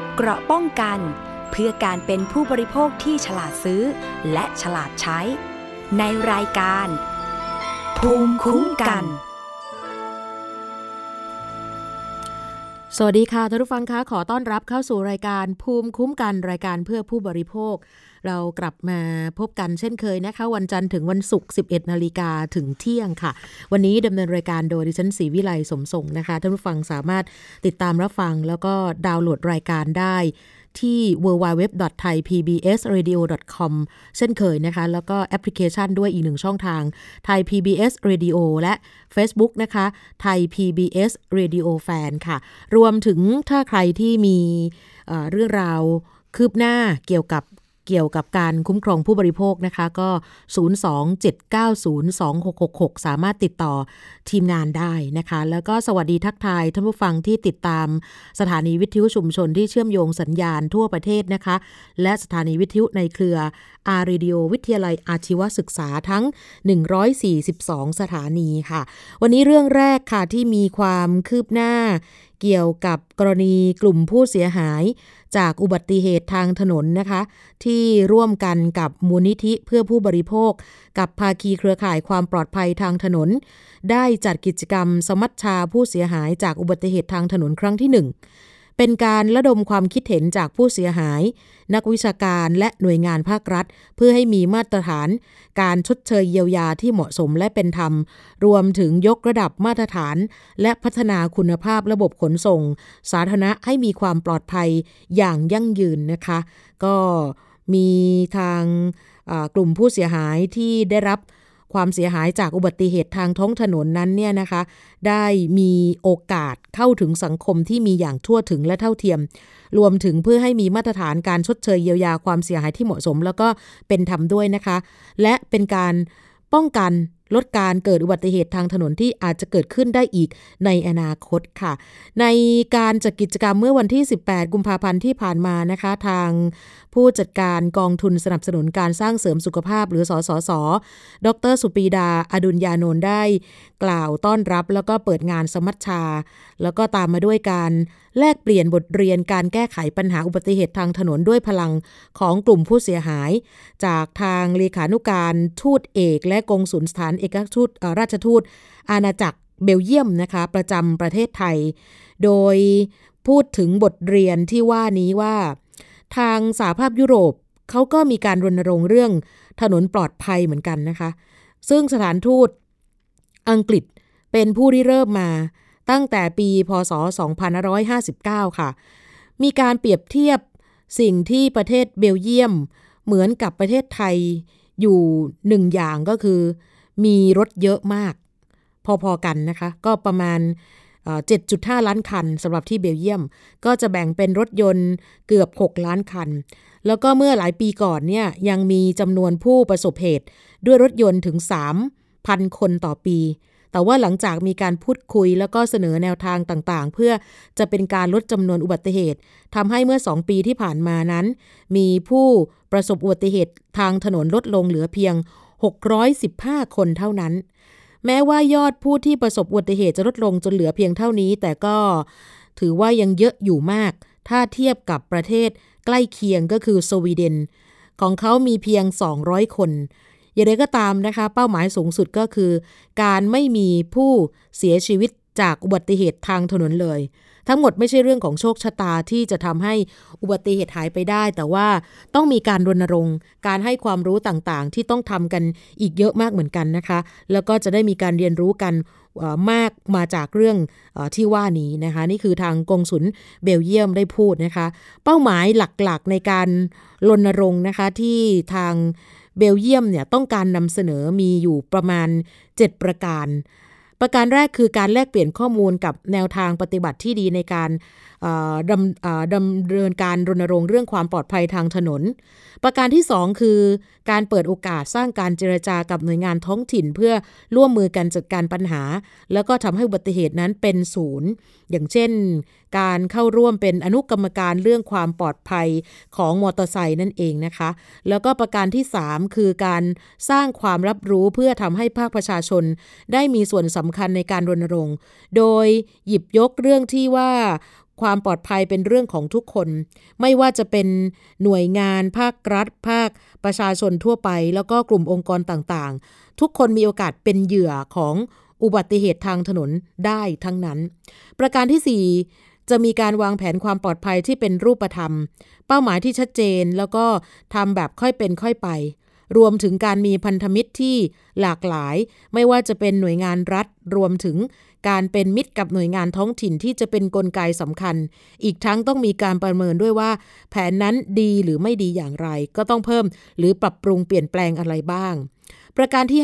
เกราะป้องกันเพื่อการเป็นผู้บริโภคที่ฉลาดซื้อและฉลาดใช้ในรายการภูมิคุ้มกันสวัสดีค่ะท่านผู้ฟังคะขอต้อนรับเข้าสู่รายการภูมิคุ้มกันรายการเพื่อผู้บริโภคเรากลับมาพบกันเช่นเคยนะคะวันจันทร์ถึงวันศุกร์ 11:00 นถึงเที่ยงค่ะวันนี้ดำเนินรายการโดยดิฉันศรีวิไลสมทรงนะคะท่านผู้ฟังสามารถติดตามรับฟังแล้วก็ดาวน์โหลดรายการได้ที่ www.thaipbsradio.com เช่นเคยนะคะแล้วก็แอปพลิเคชันด้วยอีกหนึ่งช่องทาง Thai PBS Radio และ Facebook นะคะ Thai PBS Radio Fan ค่ะรวมถึงถ้าใครที่มีเรื่องราวคืบหน้าเกี่ยวกับการคุ้มครองผู้บริโภคนะคะก็ 027902666 สามารถติดต่อทีมงานได้นะคะแล้วก็สวัสดีทักทายท่านผู้ฟังที่ติดตามสถานีวิทยุชุมชนที่เชื่อมโยงสัญญาณทั่วประเทศนะคะและสถานีวิทยุในเครืออาร์เรดิโอวิทยาลัยอาชีวศึกษาทั้ง142สถานีค่ะวันนี้เรื่องแรกค่ะที่มีความคืบหน้าเกี่ยวกับกรณีกลุ่มผู้เสียหายจากอุบัติเหตุทางถนนนะคะที่ร่วมกันกับมูลนิธิเพื่อผู้บริโภคกับภาคีเครือข่ายความปลอดภัยทางถนนได้จัดกิจกรรมสมัชชาผู้เสียหายจากอุบัติเหตุทางถนนครั้งที่1เป็นการระดมความคิดเห็นจากผู้เสียหายนักวิชาการและหน่วยงานภาครัฐเพื่อให้มีมาตรฐานการชดเชยเยียวยาที่เหมาะสมและเป็นธรรมรวมถึงยกระดับมาตรฐานและพัฒนาคุณภาพระบบขนส่งสาธารณะให้มีความปลอดภัยอย่างยั่งยืนนะคะก็มีทางกลุ่มผู้เสียหายที่ได้รับความเสียหายจากอุบัติเหตุทางท้องถนนนั้นเนี่ยนะคะได้มีโอกาสเข้าถึงสังคมที่มีอย่างทั่วถึงและเท่าเทียมรวมถึงเพื่อให้มีมาตรฐานการชดเชยเยียวยาความเสียหายที่เหมาะสมแล้วก็เป็นธรรมด้วยนะคะและเป็นการป้องกันลดการเกิดอุบัติเหตุทางถนนที่อาจจะเกิดขึ้นได้อีกในอนาคตค่ะในการจัดกิจกรรมเมื่อวันที่18กุมภาพันธ์ที่ผ่านมานะคะทางผู้จัดการกองทุนสนับสนุนการสร้างเสริมสุขภาพหรือสสส.ดร.สุปรีดาอดุลยานนท์ได้กล่าวต้อนรับแล้วก็เปิดงานสมัชชาแล้วก็ตามมาด้วยการแลกเปลี่ยนบทเรียนการแก้ไขปัญหาอุบัติเหตุทางถนนด้วยพลังของกลุ่มผู้เสียหายจากทางเลขานุการทูตเอกและกงสุลสถานเอกอัครราชทูตอาณาจักรเบลเยียมนะคะประจำประเทศไทยโดยพูดถึงบทเรียนที่ว่านี้ว่าทางสหภาพยุโรปเขาก็มีการรณรงค์เรื่องถนนปลอดภัยเหมือนกันนะคะซึ่งสถานทูตอังกฤษเป็นผู้ริเริ่มมาตั้งแต่ปีพ.ศ. 2559ค่ะมีการเปรียบเทียบสิ่งที่ประเทศเบลเยียมเหมือนกับประเทศไทยอยู่หนึ่งอย่างก็คือมีรถเยอะมากพอๆกันนะคะก็ประมาณ7.5 ล้านคันสำหรับที่เบลเยียมก็จะแบ่งเป็นรถยนต์เกือบ6ล้านคันแล้วก็เมื่อหลายปีก่อนเนี่ยยังมีจำนวนผู้ประสบเหตุด้วยรถยนต์ถึง 3,000 คนต่อปีแต่ว่าหลังจากมีการพูดคุยแล้วก็เสนอแนวทางต่างๆเพื่อจะเป็นการลดจำนวนอุบัติเหตุทำให้เมื่อ2ปีที่ผ่านมานั้นมีผู้ประสบอุบัติเหตุทางถนนลดลงเหลือเพียง615 คนเท่านั้นแม้ว่ายอดผู้ที่ประสบอุบัติเหตุจะลดลงจนเหลือเพียงเท่านี้แต่ก็ถือว่ายังเยอะอยู่มากถ้าเทียบกับประเทศใกล้เคียงก็คือสวีเดนของเขามีเพียง200คนอย่างไรก็ตามนะคะเป้าหมายสูงสุดก็คือการไม่มีผู้เสียชีวิตจากอุบัติเหตุทางถนนเลยทั้งหมดไม่ใช่เรื่องของโชคชะตาที่จะทำให้อุบัติเหตุหายไปได้แต่ว่าต้องมีการรณรงค์การให้ความรู้ต่างๆที่ต้องทำกันอีกเยอะมากเหมือนกันนะคะแล้วก็จะได้มีการเรียนรู้กันมากมาจากเรื่องที่ว่านี้นะคะนี่คือทางกงสุลเบลเยียมได้พูดนะคะเป้าหมายหลักๆในการรณรงค์นะคะที่ทางเบลเยียมเนี่ยต้องการนำเสนอมีอยู่ประมาณ7ประการแรกคือการแลกเปลี่ยนข้อมูลกับแนวทางปฏิบัติที่ดีในการดำเนินการรณรงค์เรื่องความปลอดภัยทางถนนประการที่2คือการเปิดโอกาสสร้างการเจรจากับหน่วยงานท้องถิ่นเพื่อร่วมมือกันจัดการปัญหาแล้วก็ทำให้อุบัติเหตุนั้นเป็นศูนย์อย่างเช่นการเข้าร่วมเป็นอนุกรรมการเรื่องความปลอดภัยของมอเตอร์ไซค์นั่นเองนะคะแล้วก็ประการที่3คือการสร้างความรับรู้เพื่อทำให้ภาคประชาชนได้มีส่วนสำคัญในการรณรงค์โดยหยิบยกเรื่องที่ว่าความปลอดภัยเป็นเรื่องของทุกคนไม่ว่าจะเป็นหน่วยงานภาครัฐภาคประชาชนทั่วไปแล้วก็กลุ่มองค์กรต่างๆทุกคนมีโอกาสเป็นเหยื่อของอุบัติเหตุทางถนนได้ทั้งนั้นประการที่4จะมีการวางแผนความปลอดภัยที่เป็นรูปธรรมเป้าหมายที่ชัดเจนแล้วก็ทำแบบค่อยเป็นค่อยไปรวมถึงการมีพันธมิตรที่หลากหลายไม่ว่าจะเป็นหน่วยงานรัฐรวมถึงการเป็นมิตรกับหน่วยงานท้องถิ่นที่จะเป็นกลไกสำคัญอีกทั้งต้องมีการประเมินด้วยว่าแผนนั้นดีหรือไม่ดีอย่างไรก็ต้องเพิ่มหรือปรับปรุงเปลี่ยนแปลงอะไรบ้างประการที่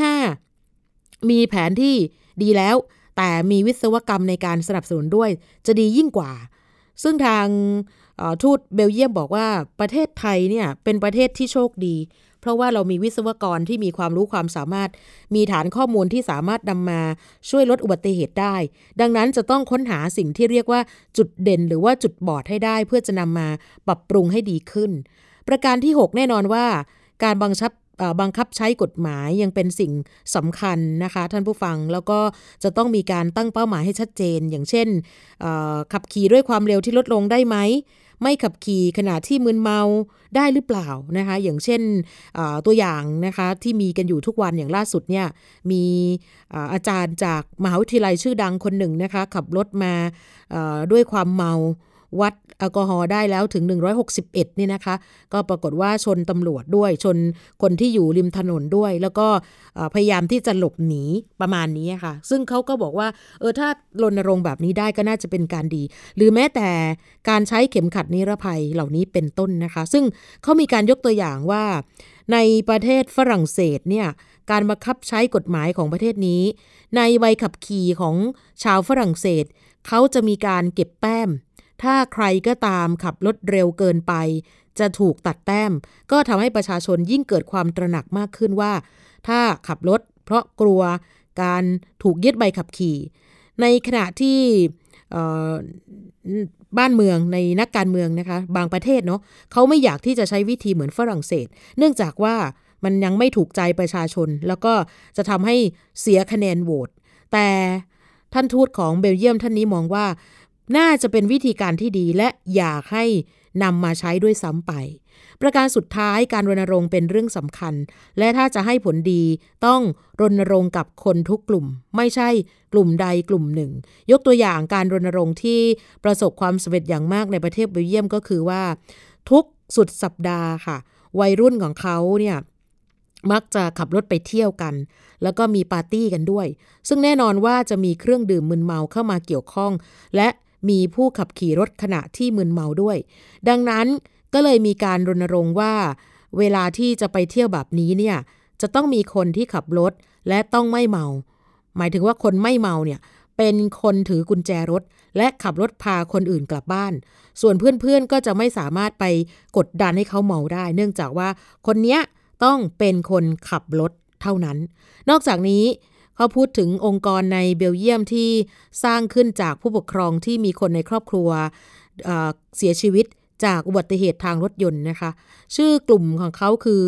5มีแผนที่ดีแล้วแต่มีวิศวกรรมในการสนับสนุนด้วยจะดียิ่งกว่าซึ่งทางทูตเบลเยียมบอกว่าประเทศไทยเนี่ยเป็นประเทศที่โชคดีเพราะว่าเรามีวิศวกรที่มีความรู้ความสามารถมีฐานข้อมูลที่สามารถนำมาช่วยลดอุบัติเหตุได้ดังนั้นจะต้องค้นหาสิ่งที่เรียกว่าจุดเด่นหรือว่าจุดบอดให้ได้เพื่อจะนำมาปรับปรุงให้ดีขึ้นประการที่6แน่นอนว่าการบังคับใช้กฎหมายยังเป็นสิ่งสำคัญนะคะท่านผู้ฟังแล้วก็จะต้องมีการตั้งเป้าหมายให้ชัดเจนอย่างเช่นขับขี่ด้วยความเร็วที่ลดลงได้ไหมไม่ขับขี่ขณะที่มึนเมาได้หรือเปล่านะคะอย่างเช่นตัวอย่างนะคะที่มีกันอยู่ทุกวันอย่างล่าสุดเนี่ยมีอาจารย์จากมหาวิทยาลัยชื่อดังคนหนึ่งนะคะขับรถมาด้วยความเมาวัดแอลกอฮอล์ได้แล้วถึง161เนี่ยนะคะก็ปรากฏว่าชนตำรวจด้วยชนคนที่อยู่ริมถนนด้วยแล้วก็พยายามที่จะหลบหนีประมาณนี้ค่ะซึ่งเขาก็บอกว่าถ้ารณรงค์แบบนี้ได้ก็น่าจะเป็นการดีหรือแม้แต่การใช้เข็มขัดนิรภัยเหล่านี้เป็นต้นนะคะซึ่งเขามีการยกตัวอย่างว่าในประเทศฝรั่งเศสเนี่ยการบังคับใช้กฎหมายของประเทศนี้ในใบขับขี่ของชาวฝรั่งเศสเขาจะมีการเก็บแต้มถ้าใครก็ตามขับรถเร็วเกินไปจะถูกตัดแต้มก็ทำให้ประชาชนยิ่งเกิดความตระหนักมากขึ้นว่าถ้าขับรถเพราะกลัวการถูกยึดใบขับขี่ในขณะที่บ้านเมืองในนักการเมืองนะคะบางประเทศเนาะเขาไม่อยากที่จะใช้วิธีเหมือนฝรั่งเศสเนื่องจากว่ามันยังไม่ถูกใจประชาชนแล้วก็จะทำให้เสียคะแนนโหวตแต่ท่านทูตของเบลเยียมท่านนี้มองว่าน่าจะเป็นวิธีการที่ดีและอยากให้นำมาใช้ด้วยซ้ำไปประการสุดท้ายการรณรงค์เป็นเรื่องสำคัญและถ้าจะให้ผลดีต้องรณรงค์กับคนทุกกลุ่มไม่ใช่กลุ่มใดกลุ่มหนึ่งยกตัวอย่างการรณรงค์ที่ประสบความสำเร็จอย่างมากในประเทศเบลเยียมก็คือว่าทุกสุดสัปดาห์ค่ะวัยรุ่นของเขาเนี่ยมักจะขับรถไปเที่ยวกันแล้วก็มีปาร์ตี้กันด้วยซึ่งแน่นอนว่าจะมีเครื่องดื่มมึนเมาเข้ามาเกี่ยวข้องและมีผู้ขับขี่รถขณะที่มึนเมาด้วยดังนั้นก็เลยมีการรณรงค์ว่าเวลาที่จะไปเที่ยวแบบนี้เนี่ยจะต้องมีคนที่ขับรถและต้องไม่เมาหมายถึงว่าคนไม่เมาเนี่ยเป็นคนถือกุญแจรถและขับรถพาคนอื่นกลับบ้านส่วนเพื่อนๆก็จะไม่สามารถไปกดดันให้เขาเมาได้เนื่องจากว่าคนเนี้ยต้องเป็นคนขับรถเท่านั้นนอกจากนี้เขาพูดถึงองค์กรในเบลเยียมที่สร้างขึ้นจากผู้ปกครองที่มีคนในครอบครัวเสียชีวิตจากอุบัติเหตุทางรถยนต์นะคะชื่อกลุ่มของเขาคือ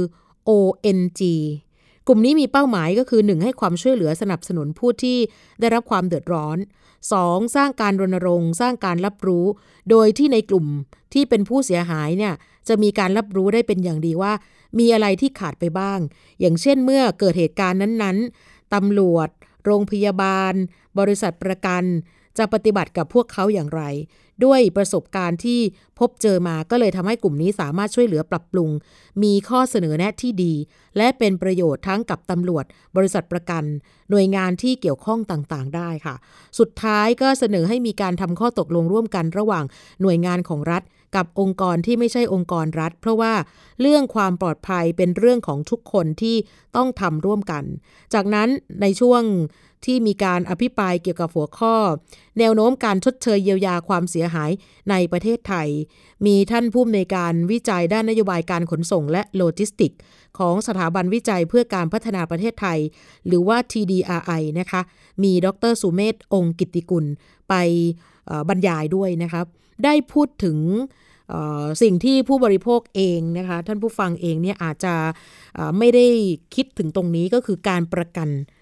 ONG กลุ่มนี้มีเป้าหมายก็คือ 1. ให้ความช่วยเหลือสนับสนุนผู้ที่ได้รับความเดือดร้อน 2. สร้างการรณรงค์สร้างการรับรู้โดยที่ในกลุ่มที่เป็นผู้เสียหายเนี่ยจะมีการรับรู้ได้เป็นอย่างดีว่ามีอะไรที่ขาดไปบ้างอย่างเช่นเมื่อเกิดเหตุการณ์นั้นๆตำรวจโรงพยาบาลบริษัทประกันจะปฏิบัติกับพวกเขาอย่างไรด้วยประสบการณ์ที่พบเจอมาก็เลยทำให้กลุ่มนี้สามารถช่วยเหลือปรับปรุงมีข้อเสนอแนะที่ดีและเป็นประโยชน์ทั้งกับตำรวจบริษัทประกันหน่วยงานที่เกี่ยวข้องต่างๆได้ค่ะสุดท้ายก็เสนอให้มีการทำข้อตกลงร่วมกันระหว่างหน่วยงานของรัฐกับองค์กรที่ไม่ใช่องค์กรรัฐเพราะว่าเรื่องความปลอดภัยเป็นเรื่องของทุกคนที่ต้องทำร่วมกันจากนั้นในช่วงที่มีการอภิปรายเกี่ยวกับหัวข้อแนวโน้มการชดเชยเยียวยาความเสียหายในประเทศไทยมีท่านผู้อำนวยการวิจัยด้านนโยบายการขนส่งและโลจิสติกส์ของสถาบันวิจัยเพื่อการพัฒนาประเทศไทยหรือว่า TDRI นะคะมีดร.สุเมธ องค์กิตติกุลไปบรรยายด้วยนะครับได้พูดถึงสิ่งที่ผู้บริโภคเองนะคะท่านผู้ฟังเองเนี่ยอาจจะไม่ได้คิดถึงตรงนี้ก็คือการประ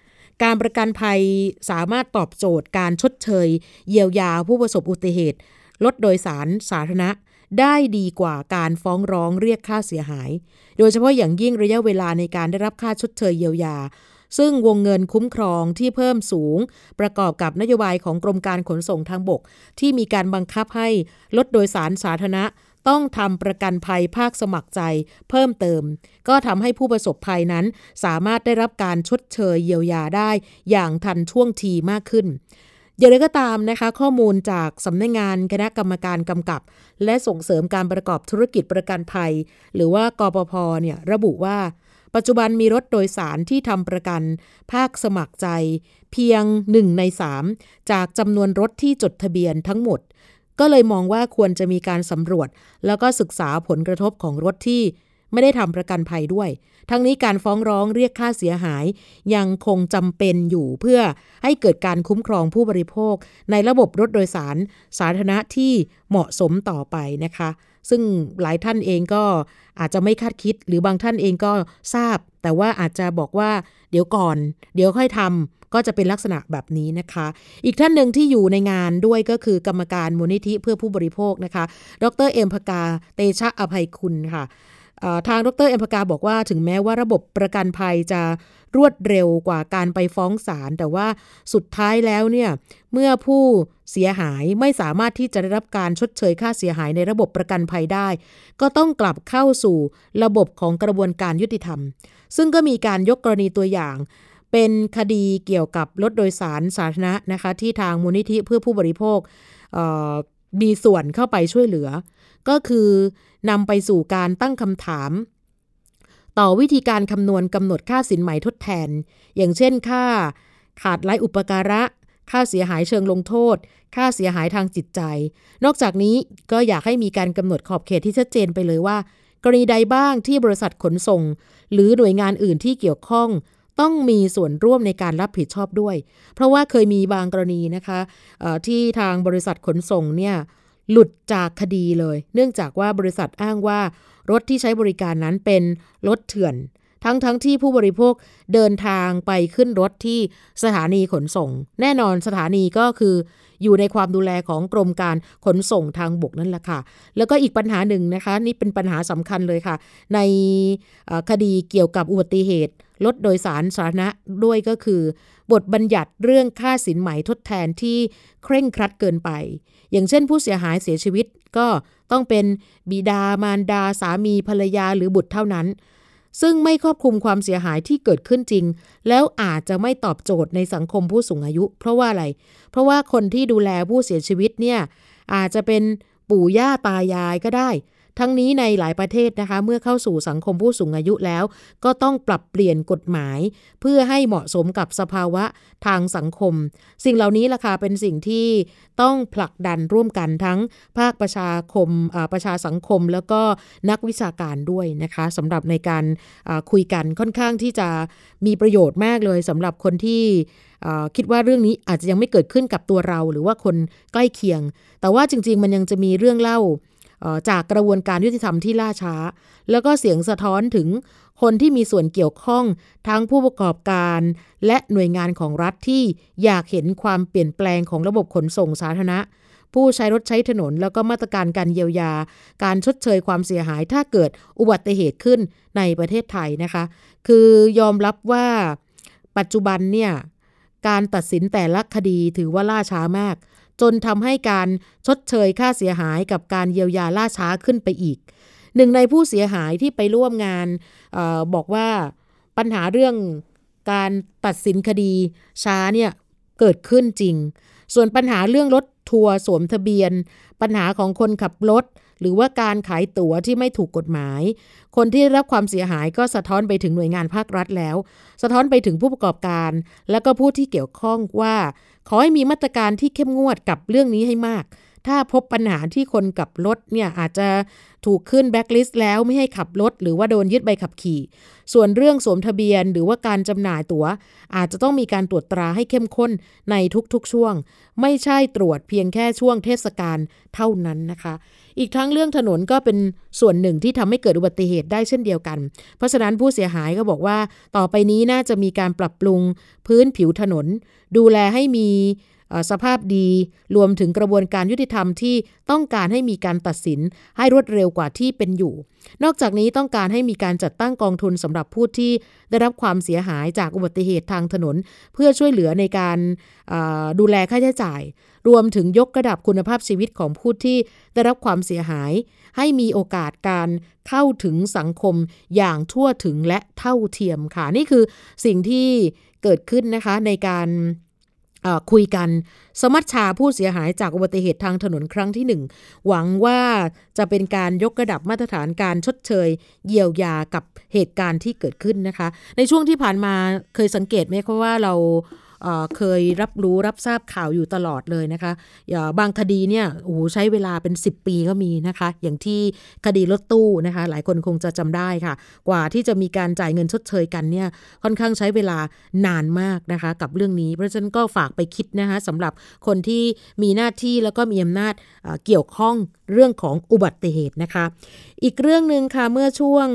กันภัยสามารถตอบโจทย์การชดเชยเยียวยาผู้ประสบอุบัติเหตุรถโดยสารสาธารณะได้ดีกว่าการฟ้องร้องเรียกค่าเสียหายโดยเฉพาะอย่างยิ่งระยะเวลาในการได้รับค่าชดเชยเยียวยาซึ่งวงเงินคุ้มครองที่เพิ่มสูงประกอบกับนโยบายของกรมการขนส่งทางบกที่มีการบังคับให้รถโดยสารสาธารณะต้องทำประกันภัยภาคสมัครใจเพิ่มเติมก็ทำให้ผู้ประสบภัยนั้นสามารถได้รับการชดเชยเยียวยาได้อย่างทันท่วงทีมากขึ้นอย่างไรก็ตามนะคะข้อมูลจากสำนักงานคณะกรรมการกำกับและส่งเสริมการประกอบธุรกิจประกันภัยหรือว่ากปภ.เนี่ยระบุว่าปัจจุบันมีรถโดยสารที่ทำประกันภาคสมัครใจเพียง1 ใน 3จากจำนวนรถที่จดทะเบียนทั้งหมดก็เลยมองว่าควรจะมีการสำรวจแล้วก็ศึกษาผลกระทบของรถที่ไม่ได้ทำประกันภัยด้วยทั้งนี้การฟ้องร้องเรียกค่าเสียหายยังคงจำเป็นอยู่เพื่อให้เกิดการคุ้มครองผู้บริโภคในระบบรถโดยสารสาธารณะที่เหมาะสมต่อไปนะคะซึ่งหลายท่านเองก็อาจจะไม่คาดคิดหรือบางท่านเองก็ทราบแต่ว่าอาจจะบอกว่าเดี๋ยวก่อนเดี๋ยวค่อยทำก็จะเป็นลักษณะแบบนี้นะคะอีกท่านหนึ่งที่อยู่ในงานด้วยก็คือกรรมการมูลนิธิเพื่อผู้บริโภคนะคะดร.เอ็มภกาเตชะอภัยคุณค่ะทางดร.เอ็มภกาบอกว่าถึงแม้ว่าระบบประกันภัยจะรวดเร็วกว่าการไปฟ้องศาลแต่ว่าสุดท้ายแล้วเนี่ยเมื่อผู้เสียหายไม่สามารถที่จะได้รับการชดเชยค่าเสียหายในระบบประกันภัยได้ก็ต้องกลับเข้าสู่ระบบของกระบวนการยุติธรรมซึ่งก็มีการยกกรณีตัวอย่างเป็นคดีเกี่ยวกับรถโดยสารสาธารณะนะคะที่ทางมูลนิธิเพื่อผู้บริโภคมีส่วนเข้าไปช่วยเหลือก็คือนำไปสู่การตั้งคำถามต่อวิธีการคำนวณกำหนดค่าสินไหมทดแทนอย่างเช่นค่าขาดไร้อุปการะค่าเสียหายเชิงลงโทษค่าเสียหายทางจิตใจนอกจากนี้ก็อยากให้มีการกำหนดขอบเขตที่ชัดเจนไปเลยว่ากรณีใดบ้างที่บริษัทขนส่งหรือหน่วยงานอื่นที่เกี่ยวข้องต้องมีส่วนร่วมในการรับผิดชอบด้วยเพราะว่าเคยมีบางกรณีนะคะที่ทางบริษัทขนส่งเนี่ยหลุดจากคดีเลยเนื่องจากว่าบริษัทอ้างว่ารถที่ใช้บริการนั้นเป็นรถเถื่อนทั้งที่ผู้บริโภคเดินทางไปขึ้นรถที่สถานีขนส่งแน่นอนสถานีก็คืออยู่ในความดูแลของกรมการขนส่งทางบกนั่นแหละค่ะแล้วก็อีกปัญหาหนึ่งนะคะนี่เป็นปัญหาสำคัญเลยค่ะในคดีเกี่ยวกับอุบัติเหตุรถโดยสารสาธารณะด้วยก็คือบทบัญญัติเรื่องค่าสินไหมทดแทนที่เคร่งครัดเกินไปอย่างเช่นผู้เสียหายเสียชีวิตก็ต้องเป็นบิดามารดาสามีภรรยาหรือบุตรเท่านั้นซึ่งไม่ครอบคลุมความเสียหายที่เกิดขึ้นจริงแล้วอาจจะไม่ตอบโจทย์ในสังคมผู้สูงอายุเพราะว่าอะไรเพราะว่าคนที่ดูแลผู้เสียชีวิตเนี่ยอาจจะเป็นปู่ย่าตายายก็ได้ทั้งนี้ในหลายประเทศนะคะเมื่อเข้าสู่สังคมผู้สูงอายุแล้วก็ต้องปรับเปลี่ยนกฎหมายเพื่อให้เหมาะสมกับสภาวะทางสังคมสิ่งเหล่านี้ล่ะค่ะเป็นสิ่งที่ต้องผลักดันร่วมกันทั้งภาคประชาสังคมแล้วก็นักวิชาการด้วยนะคะสำหรับในการคุยกันค่อนข้างที่จะมีประโยชน์มากเลยสำหรับคนที่คิดว่าเรื่องนี้อาจจะยังไม่เกิดขึ้นกับตัวเราหรือว่าคนใกล้เคียงแต่ว่าจริงๆมันยังจะมีเรื่องเล่าจากกระบวนการยุติธรรมที่ล่าช้าแล้วก็เสียงสะท้อนถึงคนที่มีส่วนเกี่ยวข้องทั้งผู้ประกอบการและหน่วยงานของรัฐที่อยากเห็นความเปลี่ยนแปลงของระบบขนส่งสาธารณะผู้ใช้รถใช้ถนนแล้วก็มาตรการการเยียวยาการชดเชยความเสียหายถ้าเกิดอุบัติเหตุขึ้นในประเทศไทยนะคะคือยอมรับว่าปัจจุบันเนี่ยการตัดสินแต่ละคดีถือว่าล่าช้ามากจนทำให้การชดเชยค่าเสียหายกับการเยียวยาล่าช้าขึ้นไปอีกหนึ่งในผู้เสียหายที่ไปร่วมงานบอกว่าปัญหาเรื่องการตัดสินคดีช้าเนี่ยเกิดขึ้นจริงส่วนปัญหาเรื่องรถทัวร์สวมทะเบียนปัญหาของคนขับรถหรือว่าการขายตั๋วที่ไม่ถูกกฎหมายคนที่ได้รับความเสียหายก็สะท้อนไปถึงหน่วยงานภาครัฐแล้วสะท้อนไปถึงผู้ประกอบการและก็ผู้ที่เกี่ยวข้องว่าขอให้มีมาตรการที่เข้มงวดกับเรื่องนี้ให้มากถ้าพบปัญหาที่คนขับรถเนี่ยอาจจะถูกขึ้นแบล็คลิสต์แล้วไม่ให้ขับรถหรือว่าโดนยึดใบขับขี่ส่วนเรื่องสวมทะเบียนหรือว่าการจำหน่ายตั๋วอาจจะต้องมีการตรวจตราให้เข้มข้นในทุกๆช่วงไม่ใช่ตรวจเพียงแค่ช่วงเทศกาลเท่านั้นนะคะอีกทั้งเรื่องถนนก็เป็นส่วนหนึ่งที่ทำให้เกิดอุบัติเหตุได้เช่นเดียวกันเพราะฉะนั้นผู้เสียหายก็บอกว่าต่อไปนี้น่าจะมีการปรับปรุงพื้นผิวถนนดูแลให้มีสภาพดีรวมถึงกระบวนการยุติธรรมที่ต้องการให้มีการตัดสินให้รวดเร็วกว่าที่เป็นอยู่นอกจากนี้ต้องการให้มีการจัดตั้งกองทุนสำหรับผู้ที่ได้รับความเสียหายจากอุบัติเหตุทางถนนเพื่อช่วยเหลือในการดูแลค่าใช้จ่ายรวมถึงยกระดับคุณภาพชีวิตของผู้ที่ได้รับความเสียหายให้มีโอกาสการเข้าถึงสังคมอย่างทั่วถึงและเท่าเทียมค่ะนี่คือสิ่งที่เกิดขึ้นนะคะในการคุยกันสมัชชาผู้เสียหายจากอุบัติเหตุทางถนนครั้งที่1หวังว่าจะเป็นการยกระดับมาตรฐานการชดเชยเยียวยากับเหตุการณ์ที่เกิดขึ้นนะคะในช่วงที่ผ่านมาเคยสังเกตไหมคะว่าเราเคยรับทราบข่าวอยู่ตลอดเลยนะคะบางคดีเนี่ยใช้เวลาเป็น10 ปีก็มีนะคะอย่างที่คดีรถตู้นะคะหลายคนคงจะจำได้ค่ะกว่าที่จะมีการจ่ายเงินชดเชยกันเนี่ยค่อนข้างใช้เวลานานมากนะคะกับเรื่องนี้เพราะฉะนั้นก็ฝากไปคิดนะคะสำหรับคนที่มีหน้าที่แล้วก็มีอำนาจเกี่ยวข้องเรื่องของอุบัติเหตุนะคะอีกเรื่องนึงค่ะเมื่อช่วง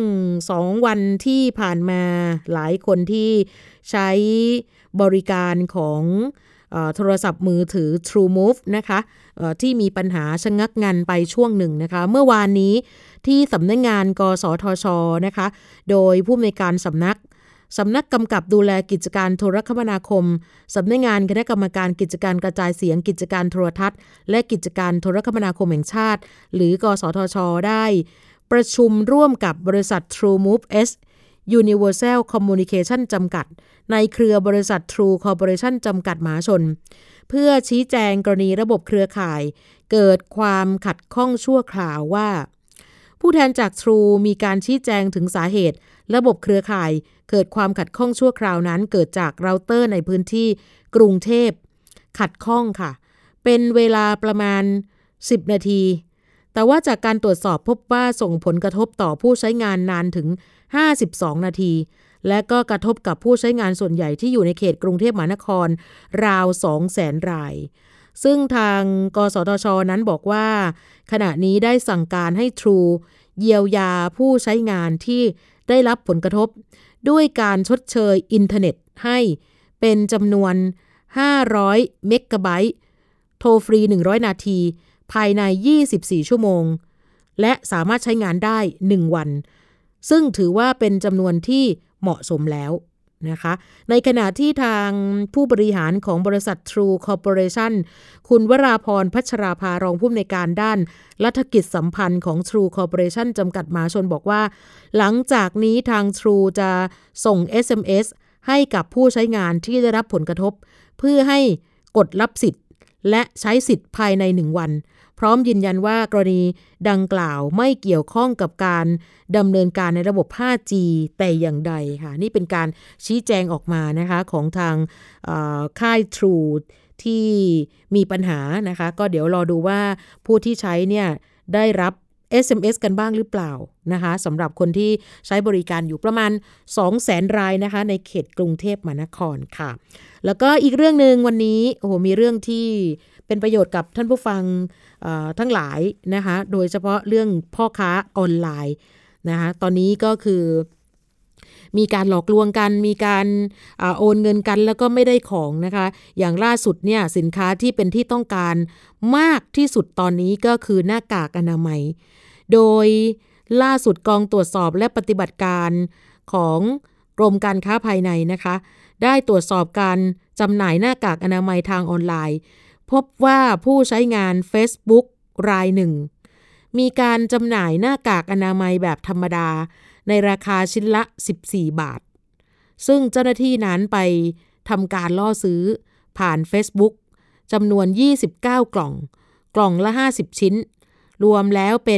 2 วันที่ผ่านมาหลายคนที่ใช้บริการของโทรศัพท์มือถือ TrueMove นะคะที่มีปัญหาชะงักงันไปช่วงหนึ่งนะคะเมื่อวานนี้ที่สำนักงานกสทช.นะคะโดยผู้อำนวยการสำนักกำกับดูแลกิจการโทรคมนาคมสำนักงานคณะกรรมการกิจการกระจายเสียงกิจการโทรทัศน์และกิจการโทรคมนาคมแห่งชาติหรือกสทช.ได้ประชุมร่วมกับบริษัท TrueMove S Universal Communication จำกัดในเครือบริษัท True Corporation จำกัดมหาชนเพื่อชี้แจงกรณีระบบเครือข่ายเกิดความขัดข้องชั่วคราวว่าผู้แทนจาก True มีการชี้แจงถึงสาเหตุระบบเครือข่ายเกิดความขัดข้องชั่วคราวนั้นเกิดจากเราเตอร์ในพื้นที่กรุงเทพขัดข้องค่ะเป็นเวลาประมาณ10 นาทีแต่ว่าจากการตรวจสอบพบว่าส่งผลกระทบต่อผู้ใช้งานนานถึง52 นาทีและก็กระทบกับผู้ใช้งานส่วนใหญ่ที่อยู่ในเขตกรุงเทพมหานครราว 200,000 รายซึ่งทางกสทช.นั้นบอกว่าขณะนี้ได้สั่งการให้ True เยียวยาผู้ใช้งานที่ได้รับผลกระทบด้วยการชดเชยอินเทอร์เน็ตให้เป็นจำนวน500 เมกะไบต์โทรฟรี100 นาทีภายใน24 ชั่วโมงและสามารถใช้งานได้1 วันซึ่งถือว่าเป็นจำนวนที่เหมาะสมแล้วนะคะในขณะที่ทางผู้บริหารของบริษัท True Corporation คุณวราพรพัชราภารองผู้อำนวยการด้านรัฐกิจสัมพันธ์ของ True Corporation จำกัดมหาชนบอกว่าหลังจากนี้ทาง True จะส่ง SMS ให้กับผู้ใช้งานที่ได้รับผลกระทบเพื่อให้กดรับสิทธิ์และใช้สิทธิ์ภายใน1 วันพร้อมยืนยันว่ากรณีดังกล่าวไม่เกี่ยวข้องกับการดำเนินการในระบบ 5G แต่อย่างใดค่ะนี่เป็นการชี้แจงออกมานะคะของทางค่าย True ที่มีปัญหานะคะก็เดี๋ยวรอดูว่าผู้ที่ใช้เนี่ยได้รับ SMS กันบ้างหรือเปล่านะคะสำหรับคนที่ใช้บริการอยู่ประมาณ 200,000 รายนะคะในเขตกรุงเทพมหานครค่ะแล้วก็อีกเรื่องนึงวันนี้มีเรื่องที่เป็นประโยชน์กับท่านผู้ฟังทั้งหลายนะคะโดยเฉพาะเรื่องพ่อค้าออนไลน์นะคะตอนนี้ก็คือมีการหลอกลวงกันมีการโอนเงินกันแล้วก็ไม่ได้ของนะคะอย่างล่าสุดเนี่ยสินค้าที่เป็นที่ต้องการมากที่สุดตอนนี้ก็คือหน้ากากอนามัยโดยล่าสุดกองตรวจสอบและปฏิบัติการของกรมการค้าภายในนะคะได้ตรวจสอบการจำหน่ายหน้ากากอนามัยทางออนไลน์พบว่าผู้ใช้งาน Facebook รายหนึ่งมีการจำหน่ายหน้ากากอนามัยแบบธรรมดาในราคาชิ้นละ14 บาทซึ่งเจ้าหน้าที่นั้นไปทำการล่อซื้อผ่าน Facebook จำนวน29 กล่องละ50 ชิ้นรวมแล้วเป็น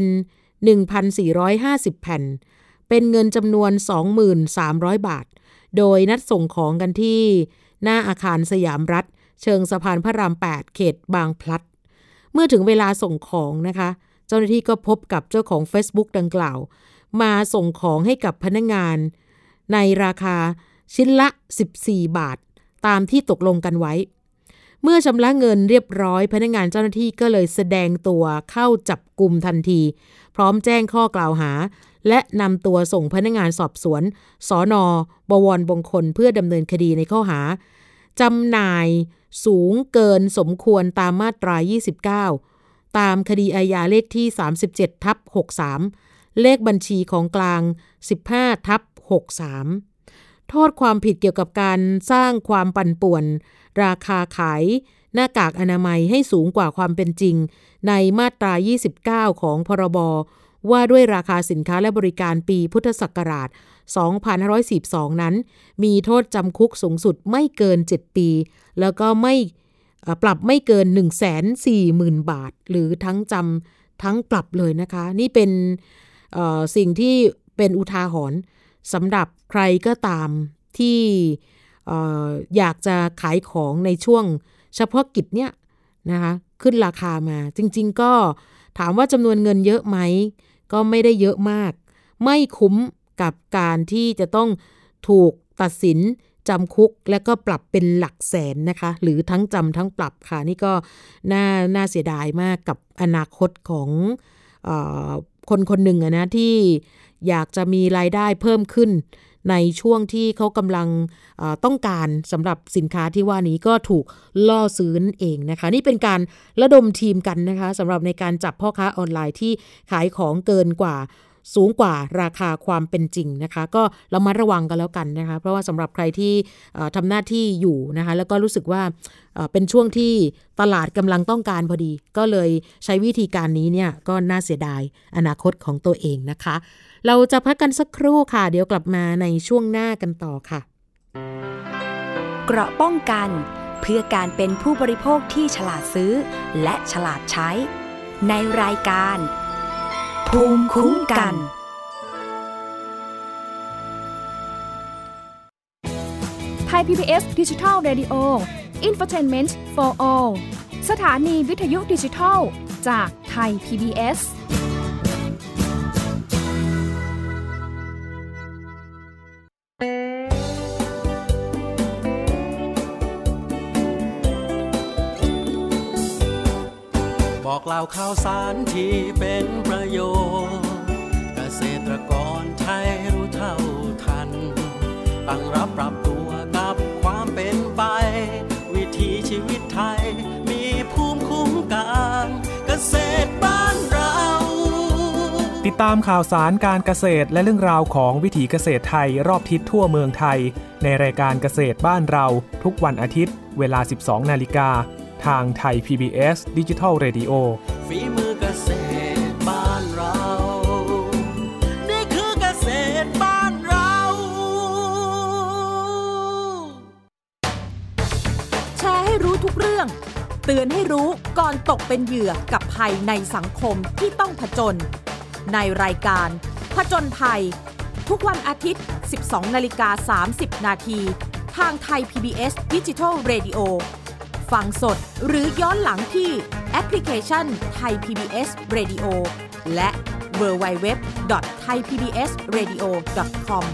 1,450 แผ่นเป็นเงินจำนวน 23,000 บาทโดยนัดส่งของกันที่หน้าอาคารสยามรัฐเชิงสะพานพระราม 8 เขตบางพลัดเมื่อถึงเวลาส่งของนะคะเจ้าหน้าที่ก็พบกับเจ้าของ Facebook ดังกล่าวมาส่งของให้กับพนักงานในราคาชิ้นละ14 บาทตามที่ตกลงกันไว้เมื่อชำระเงินเรียบร้อยพนักงานเจ้าหน้าที่ก็เลยแสดงตัวเข้าจับกุมทันทีพร้อมแจ้งข้อกล่าวหาและนำตัวส่งพนักงานสอบสวนสน.บวรบงคลเพื่อดำเนินคดีในข้อหาจำหน่ายสูงเกินสมควรตามมาตรา29ตามคดีอาญาเลขที่ 37/63 เลขบัญชีของกลาง 15/63 โทษความผิดเกี่ยวกับการสร้างความปั่นป่วนราคาขายหน้ากากอนามัยให้สูงกว่าความเป็นจริงในมาตรา29ของพรบว่าด้วยราคาสินค้าและบริการปีพุทธศักราช2542นั้นมีโทษจำคุกสูงสุดไม่เกิน7ปีแล้วก็ไม่ปรับไม่เกิน 140,000 บาทหรือทั้งจำทั้งปรับเลยนะคะนี่เป็นสิ่งที่เป็นอุทาหรณ์สำหรับใครก็ตามที่อยากจะขายของในช่วงเฉพาะกิจเนี่ยนะคะขึ้นราคามาจริงๆก็ถามว่าจำนวนเงินเยอะไหมก็ไม่ได้เยอะมากไม่คุ้มกับการที่จะต้องถูกตัดสินจำคุกและก็ปรับเป็นหลักแสนนะคะหรือทั้งจำทั้งปรับค่ะนี่ก็น่าเสียดายมากกับอนาคตของคนหนึ่งนะที่อยากจะมีรายได้เพิ่มขึ้นในช่วงที่เขากำลังต้องการสำหรับสินค้าที่ว่านี้ก็ถูกล่อซื้อนั่นเองนะคะนี่เป็นการระดมทีมกันนะคะสำหรับในการจับพ่อค้าออนไลน์ที่ขายของเกินกว่าสูงกว่าราคาความเป็นจริงนะคะก็ระมัดระวังกันแล้วกันนะคะเพราะว่าสำหรับใครที่ทำหน้าที่อยู่นะคะแล้วก็รู้สึกว่าเป็นช่วงที่ตลาดกำลังต้องการพอดีก็เลยใช้วิธีการนี้เนี่ยก็น่าเสียดายอนาคตของตัวเองนะคะเราจะพักกันสักครู่ค่ะเดี๋ยวกลับมาในช่วงหน้ากันต่อค่ะเกราะป้องกันเพื่อการเป็นผู้บริโภคที่ฉลาดซื้อและฉลาดใช้ในรายการภูมิคุ้มกันไทย PBS Digital Radio Infotainment for All สถานีวิทยุดิจิทัลจากไทย PBS บอกเล่าข่าวสารที่เป็นประโยชน์เกษตรกรไทยรู้เท่าทันตั้งรับปรับตัวกับความเป็นไปวิถีชีวิตไทยมีภูมิคุ้มกันเกษตรบ้านเราติดตามข่าวสารการเกษตรและเรื่องราวของวิถีเกษตรไทยรอบทิศทั่วเมืองไทยในรายการเกษตรบ้านเราทุกวันอาทิตย์เวลา 12 นาฬิกาทางไทย PBS Digital Radio ฝีมือเกษตรบ้านเรานี่คือเกษตรบ้านเราแชร์ให้รู้ทุกเรื่องเตือนให้รู้ก่อนตกเป็นเหยื่อกับภัยในสังคมที่ต้องผจญในรายการผจญภัยทุกวันอาทิตย์ 12:30 นาทีทางไทย PBS Digital Radioฟังสดหรือย้อนหลังที่แอปพลิเคชัน Thai PBS Radio และ www.thaipbsradio.com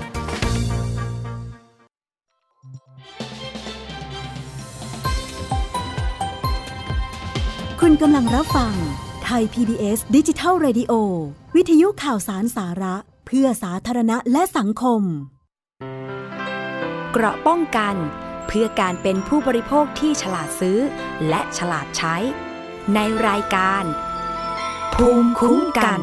คุณกำลังรับฟังไทย PBS Digital Radio วิทยุข่าวสารสาระเพื่อสาธารณะและสังคมเกราะป้องกันเพื่อการเป็นผู้บริโภคที่ฉลาดซื้อและฉลาดใช้ในรายการภูมิคุ้มกัน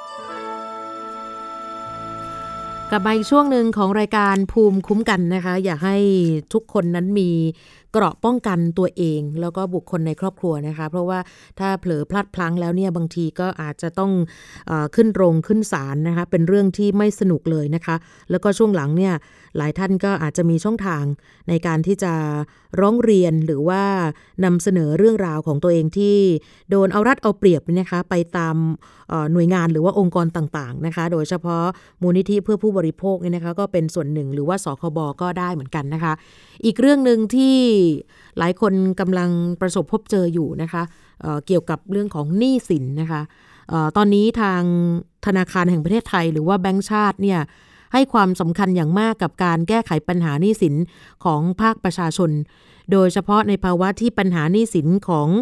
กลับมาอีกช่วงหนึ่งของรายการภูมิคุ้มกันนะคะอยากให้ทุกคนนั้นมีเกราะป้องกันตัวเองแล้วก็บุคคลในครอบครัวนะคะเพราะว่าถ้าเผลอพลัดพลั้งแล้วเนี่ยบางทีก็อาจจะต้องขึ้นโรงขึ้นศาลนะคะเป็นเรื่องที่ไม่สนุกเลยนะคะแล้วก็ช่วงหลังเนี่ยหลายท่านก็อาจจะมีช่องทางในการที่จะร้องเรียนหรือว่านำเสนอเรื่องราวของตัวเองที่โดนเอารัดเอาเปรียบนะคะไปตามหน่วยงานหรือว่าองค์กรต่างๆนะคะโดยเฉพาะมูลนิธิเพื่อผู้บริโภคเนี่ยนะคะก็เป็นส่วนหนึ่งหรือว่าสคบก็ได้เหมือนกันนะคะอีกเรื่องนึงที่หลายคนกำลังประสบพบเจออยู่นะคะเกี่ยวกับเรื่องของหนี้สินนะคะตอนนี้ทางธนาคารแห่งประเทศไทยหรือว่าแบงก์ชาติเนี่ยให้ความสำคัญอย่างมากกับการแก้ไขปัญหาหนี้สินของภาคประชาชนโดยเฉพาะในภาวะที่ปัญหาหนี้สินของ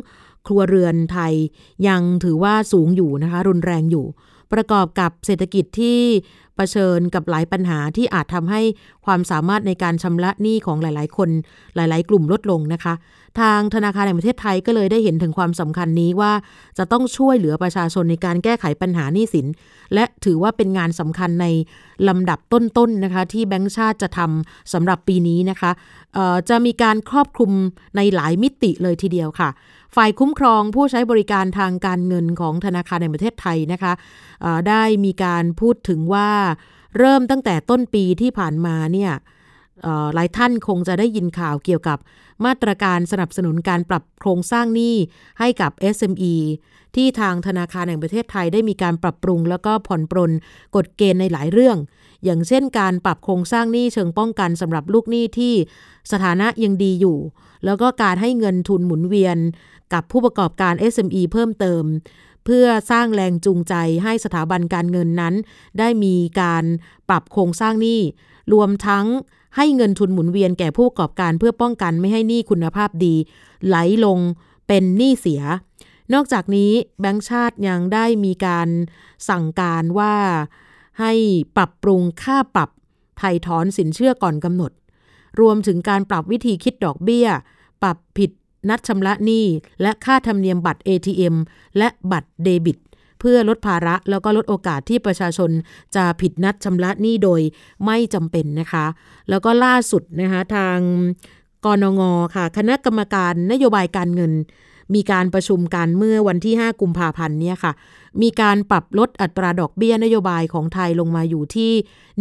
ครัวเรือนไทยยังถือว่าสูงอยู่นะคะรุนแรงอยู่ประกอบกับเศรษฐกิจที่เผชิญกับหลายปัญหาที่อาจทำให้ความสามารถในการชำระหนี้ของหลายๆคนหลายๆกลุ่มลดลงนะคะทางธนาคารแห่งประเทศไทยก็เลยได้เห็นถึงความสำคัญนี้ว่าจะต้องช่วยเหลือประชาชนในการแก้ไขปัญหาหนี้สินและถือว่าเป็นงานสำคัญในลำดับต้นๆนะคะที่แบงก์ชาติจะทำสำหรับปีนี้นะคะจะมีการครอบคลุมในหลายมิติเลยทีเดียวค่ะฝ่ายคุ้มครองผู้ใช้บริการทางการเงินของธนาคารแห่งประเทศไทยนะคะได้มีการพูดถึงว่าเริ่มตั้งแต่ต้นปีที่ผ่านมาเนี่ยหลายท่านคงจะได้ยินข่าวเกี่ยวกับมาตรการสนับสนุนการปรับโครงสร้างหนี้ให้กับ SME ที่ทางธนาคารแห่งประเทศไทยได้มีการปรับปรุงแล้วก็ผ่อนปรนกฎเกณฑ์ในหลายเรื่องอย่างเช่นการปรับโครงสร้างหนี้เชิงป้องกันสำหรับลูกหนี้ที่สถานะยังดีอยู่แล้วก็การให้เงินทุนหมุนเวียนกับผู้ประกอบการ SME เพิ่มเติมเพื่อสร้างแรงจูงใจให้สถาบันการเงินนั้นได้มีการปรับโครงสร้างหนี้รวมทั้งให้เงินทุนหมุนเวียนแก่ผู้ประกอบการเพื่อป้องกันไม่ให้หนี้คุณภาพดีไหลลงเป็นหนี้เสียนอกจากนี้แบงก์ชาติยังได้มีการสั่งการว่าให้ปรับปรุงค่าปรับไถ่ถอนสินเชื่อก่อนกำหนดรวมถึงการปรับวิธีคิดดอกเบี้ยปรับผิดนัดชำระหนี้และค่าธรรมเนียมบัตร ATM และบัตรเดบิตเพื่อลดภาระแล้วก็ลดโอกาสที่ประชาชนจะผิดนัดชำระหนี้โดยไม่จำเป็นนะคะแล้วก็ล่าสุดนะคะทางกนง.ค่ะคณะกรรมการนโยบายการเงินมีการประชุมกันเมื่อวันที่5กุมภาพันธ์เนี่ยค่ะมีการปรับลดอัตราดอกเบี้ยนโยบายของไทยลงมาอยู่ที่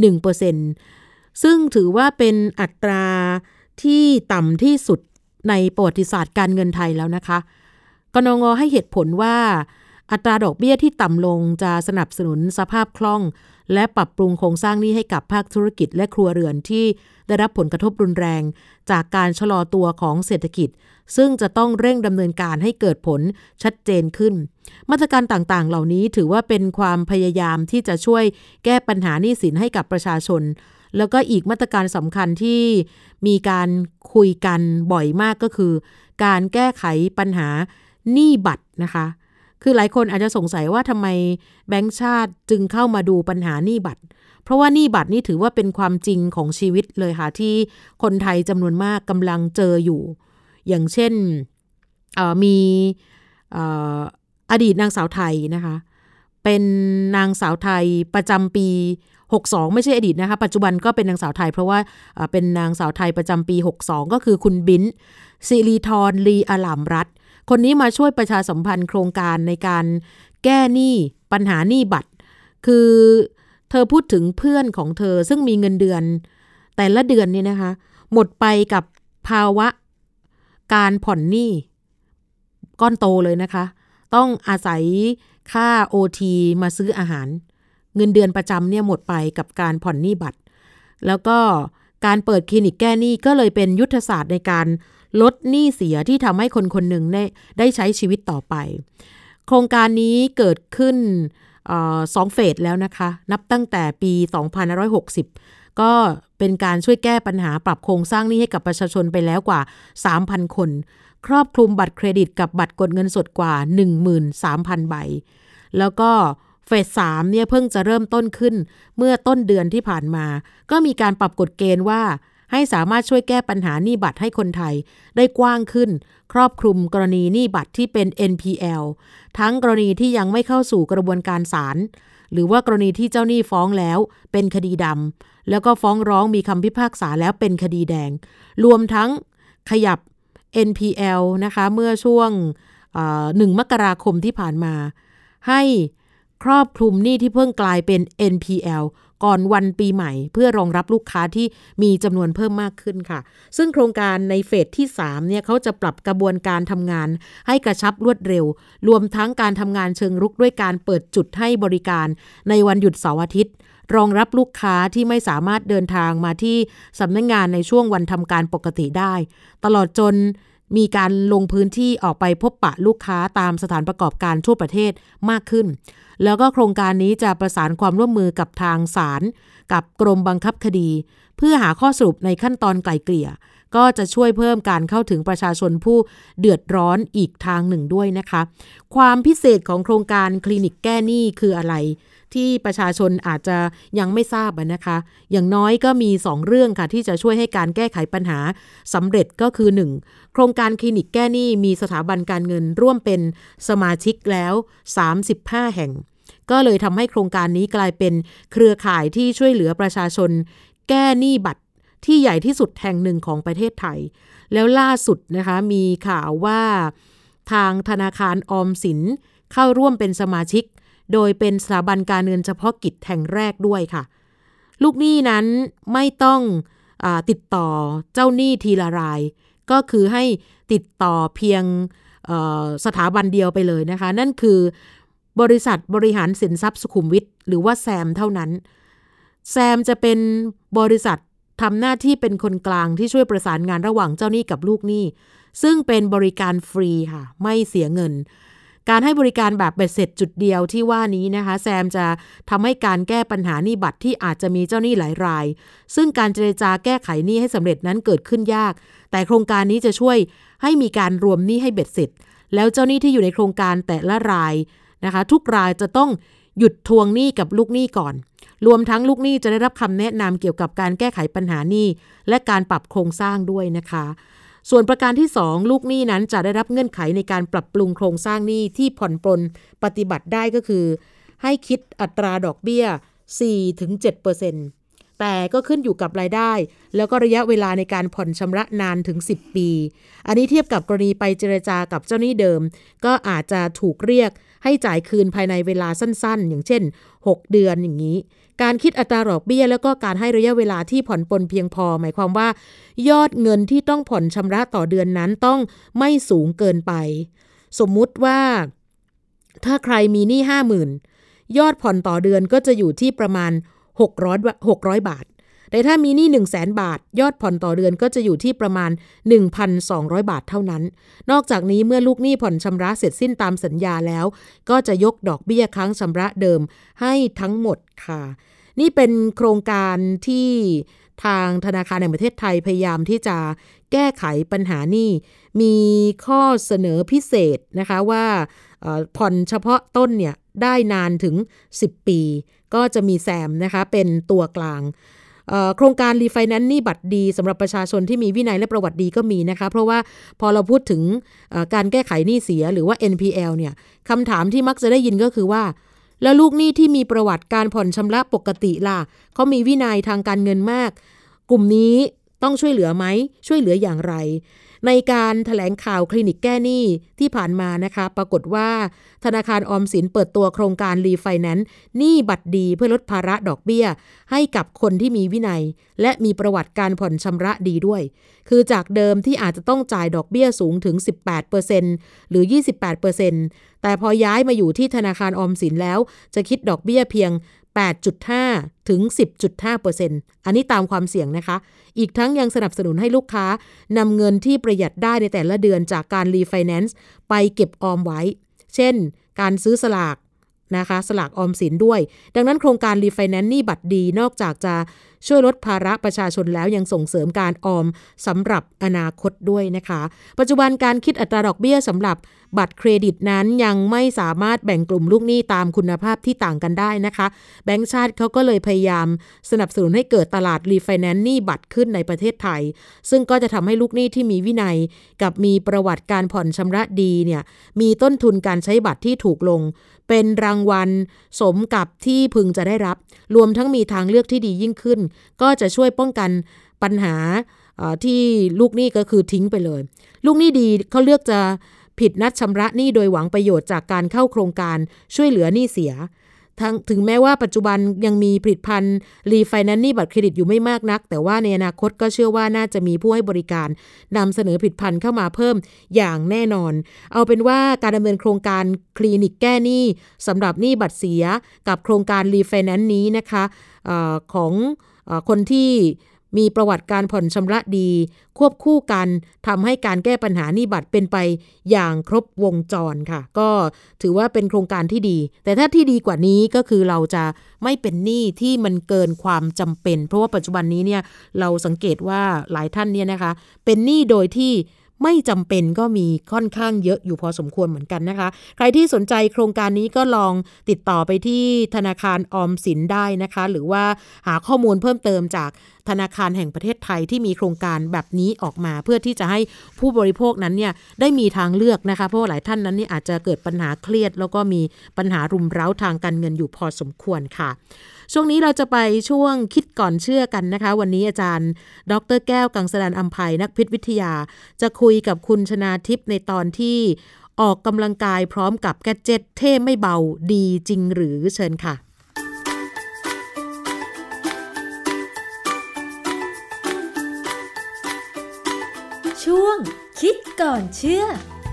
1% ซึ่งถือว่าเป็นอัตราที่ต่ำที่สุดในประวัติศาสตร์การเงินไทยแล้วนะคะกนง.ให้เหตุผลว่าอัตราดอกเบี้ยที่ต่ำลงจะสนับสนุนสภาพคล่องและปรับปรุงโครงสร้างหนี้ให้กับภาคธุรกิจและครัวเรือนที่ได้รับผลกระทบรุนแรงจากการชะลอตัวของเศรษฐกิจซึ่งจะต้องเร่งดำเนินการให้เกิดผลชัดเจนขึ้นมาตรการต่างๆเหล่านี้ถือว่าเป็นความพยายามที่จะช่วยแก้ปัญหาหนี้สินให้กับประชาชนแล้วก็อีกมาตรการสำคัญที่มีการคุยกันบ่อยมากก็คือการแก้ไขปัญหาหนี้บัตรนะคะคือหลายคนอาจจะสงสัยว่าทำไมแบงก์ชาติจึงเข้ามาดูปัญหาหนี้บัตรเพราะว่าหนี้บัตรนี่ถือว่าเป็นความจริงของชีวิตเลยค่ะที่คนไทยจำนวนมากกำลังเจออยู่อย่างเช่นมีอดีตนางสาวไทยนะคะเป็นนางสาวไทยประจำปี62ไม่ใช่อดีตนะคะปัจจุบันก็เป็นนางสาวไทยเพราะว่าเป็นนางสาวไทยประจำปี62ก็คือคุณบิ้นศิริธรลีอลามรัตน์คนนี้มาช่วยประชาสัมพันธ์โครงการในการแก้หนี้ปัญหาหนี้บัตรคือเธอพูดถึงเพื่อนของเธอซึ่งมีเงินเดือนแต่ละเดือนนี่นะคะหมดไปกับภาวะการผ่อนหนี้ก้อนโตเลยนะคะต้องอาศัยค่า OT มาซื้ออาหารเงินเดือนประจำเนี่ยหมดไปกับการผ่อนหนี้บัตรแล้วก็การเปิดคลินิกแก้หนี้ก็เลยเป็นยุทธศาสตร์ในการลดหนี้เสียที่ทำให้คนคนหนึ่งได้ใช้ชีวิตต่อไปโครงการนี้เกิดขึ้น2 เฟสแล้วนะคะนับตั้งแต่ปี2560ก็เป็นการช่วยแก้ปัญหาปรับโครงสร้างหนี้ให้กับประชาชนไปแล้วกว่า 3,000 คนครอบคลุมบัตรเครดิตกับบัตรกดเงินสดกว่า 13,000 ใบแล้วก็เฟส 3เนี่ยเพิ่งจะเริ่มต้นขึ้นเมื่อต้นเดือนที่ผ่านมาก็มีการปรับกฎเกณฑ์ว่าให้สามารถช่วยแก้ปัญหาหนี้บัตรให้คนไทยได้กว้างขึ้นครอบคลุมกรณีหนี้บัตรที่เป็น NPL ทั้งกรณีที่ยังไม่เข้าสู่กระบวนการศาลหรือว่ากรณีที่เจ้าหนี้ฟ้องแล้วเป็นคดีดำแล้วก็ฟ้องร้องมีคำพิพากษาแล้วเป็นคดีแดงรวมทั้งขยับ NPL นะคะเมื่อช่วง1 มกราคมที่ผ่านมาให้ครอบคลุมหนี้ที่เพิ่งกลายเป็น NPL ก่อนวันปีใหม่เพื่อรองรับลูกค้าที่มีจำนวนเพิ่มมากขึ้นค่ะซึ่งโครงการในเฟสที่3เนี่ยเขาจะปรับกระบวนการทำงานให้กระชับรวดเร็วรวมทั้งการทำงานเชิงรุกด้วยการเปิดจุดให้บริการในวันหยุดเสาร์อาทิตย์รองรับลูกค้าที่ไม่สามารถเดินทางมาที่สำนักงานในช่วงวันทำการปกติได้ตลอดจนมีการลงพื้นที่ออกไปพบปะลูกค้าตามสถานประกอบการทั่วประเทศมากขึ้นแล้วก็โครงการนี้จะประสานความร่วมมือกับทางศาลกับกรมบังคับคดีเพื่อหาข้อสรุปในขั้นตอนไกล่เกลี่ยก็ก็จะช่วยเพิ่มการเข้าถึงประชาชนผู้เดือดร้อนอีกทางหนึ่งด้วยนะคะความพิเศษของโครงการคลินิกแก้หนี้คืออะไรที่ประชาชนอาจจะยังไม่ทราบนะคะอย่างน้อยก็มี2เรื่องค่ะที่จะช่วยให้การแก้ไขปัญหาสำเร็จก็คือ 1. โครงการคลินิกแก้หนี้มีสถาบันการเงินร่วมเป็นสมาชิกแล้ว35แห่งก็เลยทำให้โครงการนี้กลายเป็นเครือข่ายที่ช่วยเหลือประชาชนแก้หนี้บัตรที่ใหญ่ที่สุดแห่งหนึ่งของประเทศไทยแล้วล่าสุดนะคะมีข่าวว่าทางธนาคารออมสินเข้าร่วมเป็นสมาชิกโดยเป็นสถาบันการเงินเฉพาะกิจแห่งแรกด้วยค่ะลูกหนี้นั้นไม่ต้องติดต่อเจ้าหนี้ทีละรายก็คือให้ติดต่อเพียงสถาบันเดียวไปเลยนะคะนั่นคือบริษัทบริหารสินทรัพย์สุขุมวิทหรือว่าแซมเท่านั้นแซมจะเป็นบริษัททำหน้าที่เป็นคนกลางที่ช่วยประสานงานระหว่างเจ้าหนี้กับลูกหนี้ซึ่งเป็นบริการฟรีค่ะไม่เสียเงินการให้บริการแบบเบ็ดเสร็จจุดเดียวที่ว่านี้นะคะแซมจะทำให้การแก้ปัญหาหนี้บัตรที่อาจจะมีเจ้าหนี้หลายรายซึ่งการเจรจาแก้ไขหนี้ให้สำเร็จนั้นเกิดขึ้นยากแต่โครงการนี้จะช่วยให้มีการรวมหนี้ให้เบ็ดเสร็จแล้วเจ้าหนี้ที่อยู่ในโครงการแต่ละรายนะคะทุกรายจะต้องหยุดทวงหนี้กับลูกหนี้ก่อนรวมทั้งลูกหนี้จะได้รับคำแนะนำเกี่ยวกับการแก้ไขปัญหาหนี้และการปรับโครงสร้างด้วยนะคะส่วนประการที่2ลูกหนี้นั้นจะได้รับเงื่อนไขในการปรับปรุงโครงสร้างหนี้ที่ผ่อนปลนปฏิบัติได้ก็คือให้คิดอัตราดอกเบี้ย 4-7% แต่ก็ขึ้นอยู่กับรายได้แล้วก็ระยะเวลาในการผ่อนชำระนานถึง10ปีอันนี้เทียบกับกรณีไปเจรจากับเจ้าหนี้เดิมก็อาจจะถูกเรียกให้จ่ายคืนภายในเวลาสั้นๆอย่างเช่น6เดือนอย่างนี้การคิดอัตราดอกเบี้ยแล้วก็การให้ระยะเวลาที่ผ่อนปลนเพียงพอหมายความว่ายอดเงินที่ต้องผ่อนชำระต่อเดือนนั้นต้องไม่สูงเกินไปสมมุติว่าถ้าใครมีหนี้ 50,000 ยอดผ่อนต่อเดือนก็จะอยู่ที่ประมาณ600 บาทแต่ถ้ามีหนี้ 100,000 บาทยอดผ่อนต่อเดือนก็จะอยู่ที่ประมาณ 1,200 บาทเท่านั้นนอกจากนี้เมื่อลูกหนี้ผ่อนชำระเสร็จสิ้นตามสัญญาแล้วก็จะยกดอกเบี้ยค้างชำระเดิมให้ทั้งหมดค่ะนี่เป็นโครงการที่ทางธนาคารแห่งประเทศไทยพยายามที่จะแก้ไขปัญหาหนี้มีข้อเสนอพิเศษนะคะว่าผ่อนเฉพาะต้นเนี่ยได้นานถึง10ปีก็จะมีแซมนะคะเป็นตัวกลางโครงการรีไฟแนนซ์หนี้บัตรดีสำหรับประชาชนที่มีวินัยและประวัติดีก็มีนะคะเพราะว่าพอเราพูดถึงการแก้ไขหนี้เสียหรือว่า NPL เนี่ยคำถามที่มักจะได้ยินก็คือว่าแล้วลูกหนี้ที่มีประวัติการผ่อนชำระปกติล่ะเขามีวินัยทางการเงินมากกลุ่มนี้ต้องช่วยเหลือไหมช่วยเหลืออย่างไรในการแถลงข่าวคลินิกแก้หนี้ที่ผ่านมานะคะปรากฏว่าธนาคารออมสินเปิดตัวโครงการรีไฟแนนซ์หนี้บัตรดีเพื่อลดภาระดอกเบี้ยให้กับคนที่มีวินัยและมีประวัติการผ่อนชำระดีด้วยคือจากเดิมที่อาจจะต้องจ่ายดอกเบี้ยสูงถึง 18% หรือ 28% แต่พอย้ายมาอยู่ที่ธนาคารออมสินแล้วจะคิดดอกเบี้ยเพียง 8.5 ถึง 10.5% อันนี้ตามความเสี่ยงนะคะอีกทั้งยังสนับสนุนให้ลูกค้านำเงินที่ประหยัดได้ในแต่ละเดือนจากการรีไฟแนนซ์ไปเก็บออมไว้เช่นการซื้อสลากนะคะสลากออมสินด้วยดังนั้นโครงการรีไฟแนนซ์หนี้บัตรดีนอกจากจะช่วยลดภาระประชาชนแล้วยังส่งเสริมการออมสำหรับอนาคตด้วยนะคะปัจจุบันการคิดอัตราดอกเบี้ยสำหรับบัตรเครดิตนั้นยังไม่สามารถแบ่งกลุ่มลูกหนี้ตามคุณภาพที่ต่างกันได้นะคะแบงก์ชาติเขาก็เลยพยายามสนับสนุนให้เกิดตลาดรีไฟแนนซ์หนี้บัตรขึ้นในประเทศไทยซึ่งก็จะทำให้ลูกหนี้ที่มีวินัยกับมีประวัติการผ่อนชำระดีเนี่ยมีต้นทุนการใช้บัตรที่ถูกลงเป็นรางวัลสมกับที่พึงจะได้รับรวมทั้งมีทางเลือกที่ดียิ่งขึ้นก็จะช่วยป้องกันปัญหาที่ลูกหนี้ก็คือทิ้งไปเลยลูกหนี้ดีเขาเลือกจะผิดนัดชำระหนี้โดยหวังประโยชน์จากการเข้าโครงการช่วยเหลือหนี้เสียถึงแม้ว่าปัจจุบันยังมีผลิตภัณฑ์รีไฟแนนซ์หนี้บัตรเครดิตอยู่ไม่มากนักแต่ว่าในอนาคตก็เชื่อว่าน่าจะมีผู้ให้บริการนำเสนอผลิตภัณฑ์เข้ามาเพิ่มอย่างแน่นอนเอาเป็นว่าการดำเนินโครงการคลินิกแก้หนี้สำหรับหนี้บัตรเสียกับโครงการรีไฟแนนซ์นี้นะคะของคนที่มีประวัติการผ่อนชำระดีควบคู่กันทำให้การแก้ปัญหาหนี้บัตรเป็นไปอย่างครบวงจรค่ะก็ถือว่าเป็นโครงการที่ดีแต่ถ้าที่ดีกว่านี้ก็คือเราจะไม่เป็นหนี้ที่มันเกินความจำเป็นเพราะว่าปัจจุบันนี้เนี่ยเราสังเกตว่าหลายท่านเนี่ยนะคะเป็นหนี้โดยที่ไม่จำเป็นก็มีค่อนข้างเยอะอยู่พอสมควรเหมือนกันนะคะใครที่สนใจโครงการนี้ก็ลองติดต่อไปที่ธนาคารออมสินได้นะคะหรือว่าหาข้อมูลเพิ่มเติมจากธนาคารแห่งประเทศไทยที่มีโครงการแบบนี้ออกมาเพื่อที่จะให้ผู้บริโภคนั้นเนี่ยได้มีทางเลือกนะคะเพราะหลายท่านนั้นนี่อาจจะเกิดปัญหาเครียดแล้วก็มีปัญหารุมเร้าทางการเงินอยู่พอสมควรค่ะช่วงนี้เราจะไปช่วงคิดก่อนเชื่อกันนะคะวันนี้อาจารย์ดร.แก้วกังสดาลอำไพนักพิษวิทยาจะคุยกับคุณชนาทิพย์ในตอนที่ออกกำลังกายพร้อมกับแกดเจ็ตเท่ไม่เบาดีจริงหรือเชิญค่ะช่วงคิดก่อนเชื่อ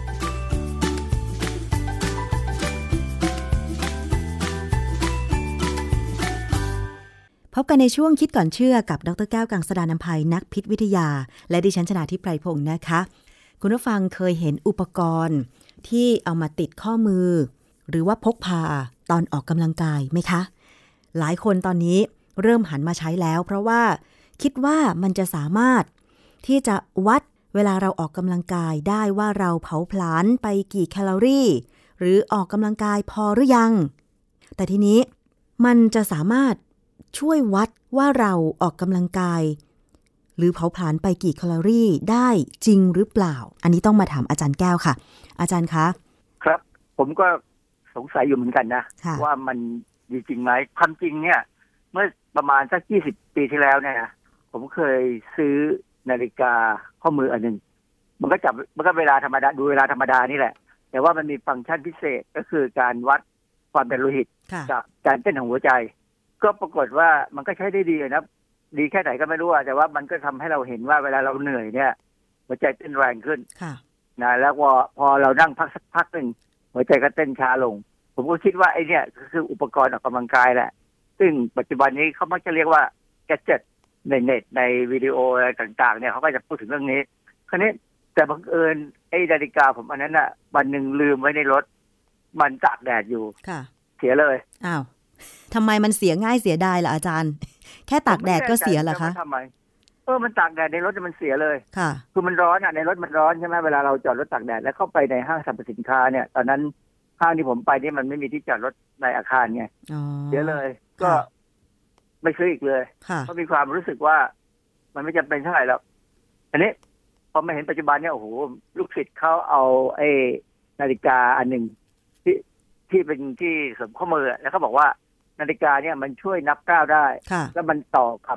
พบกันในช่วงคิดก่อนเชื่อกับดร.แก้วกังสดาลอำไพนักพิษวิทยาและดิฉันชนาทิพย์ไพรพงศ์นะคะคุณผู้ฟังเคยเห็นอุปกรณ์ที่เอามาติดข้อมือหรือว่าพกพาตอนออกกำลังกายไหมคะหลายคนตอนนี้เริ่มหันมาใช้แล้วเพราะว่าคิดว่ามันจะสามารถที่จะวัดเวลาเราออกกำลังกายได้ว่าเราเผาผลาญไปกี่แคลอรี่หรือออกกำลังกายพอหรือยังแต่ทีนี้มันจะสามารถช่วยวัดว่าเราออกกำลังกายหรือเผาผลาญไปกี่แคลอรี่ได้จริงหรือเปล่าอันนี้ต้องมาถามอาจารย์แก้วค่ะอาจารย์คะครับผมก็สงสัยอยู่เหมือนกันนะว่ามันดีจริงไหมความจริงเนี่ยเมื่อประมาณสัก20 ปีที่แล้วเนี่ยผมเคยซื้อนาฬิกาข้อมืออันนึงมันก็เวลาธรรมดาดูเวลาธรรมดานี่แหละแต่ว่ามันมีฟังก์ชันพิเศษก็คือการวัดความดันโลหิตกับการเต้นของหัวใจก็ปรากฏว่ามันก็ใช้ได้ดีนะดีแค่ไหนก็ไม่รู้แต่ว่ามันก็ทำให้เราเห็นว่าเวลาเราเหนื่อยเนี่ยหัวใจเต้นแรงขึ้นนะแล้วพอเรานั่งพักสักพักนึงหัวใจก็เต้นช้าลงผมก็คิดว่าไอ้เนี่ยคืออุปกรณ์ออกกำลังกายแหละซึ่งปัจจุบันนี้เขามักจะเรียกว่าแกดเจ็ตในเน็ตในวิดีโออะไรต่างๆเนี่ยเขาก็จะพูดถึงเรื่องนี้คราวนี้แต่บังเอิญไอ้นาฬิกาผมอันนั้นน่ะวันนึงลืมไว้ในรถมันตากแดดอยู่เสียเลยอ้าวทำไมมันเสียง่ายเสียดายล่ะอาจารย์แค่ตากแดดก็เสียเหรอคะทำไมมันตากแดดในรถมันเสียเลยค่ะคือมันร้อนในรถมันร้อนใช่ไหมเวลาเราจอดรถตากแดดแล้วเข้าไปในห้างสรรพสินค้าเนี่ยตอนนั้นห้างที่ผมไปนี่มันไม่มีที่จอดรถในอาคารไงเสียเลยก็ไม่ซื้ออีกเลยเพราะมีความรู้สึกว่ามันไม่จำเป็นเท่าไหร่แล้วอันนี้พอมาเห็นปัจจุบันเนี่ยโอ้โหลูกศิษย์เขาเอาไอ้นาฬิกาอันหนึ่งที่เป็นที่สวมข้อมือแล้วเขาบอกว่านาฬิกาเนี่ยมันช่วยนับก้าวได้แล้วมันต่อกับ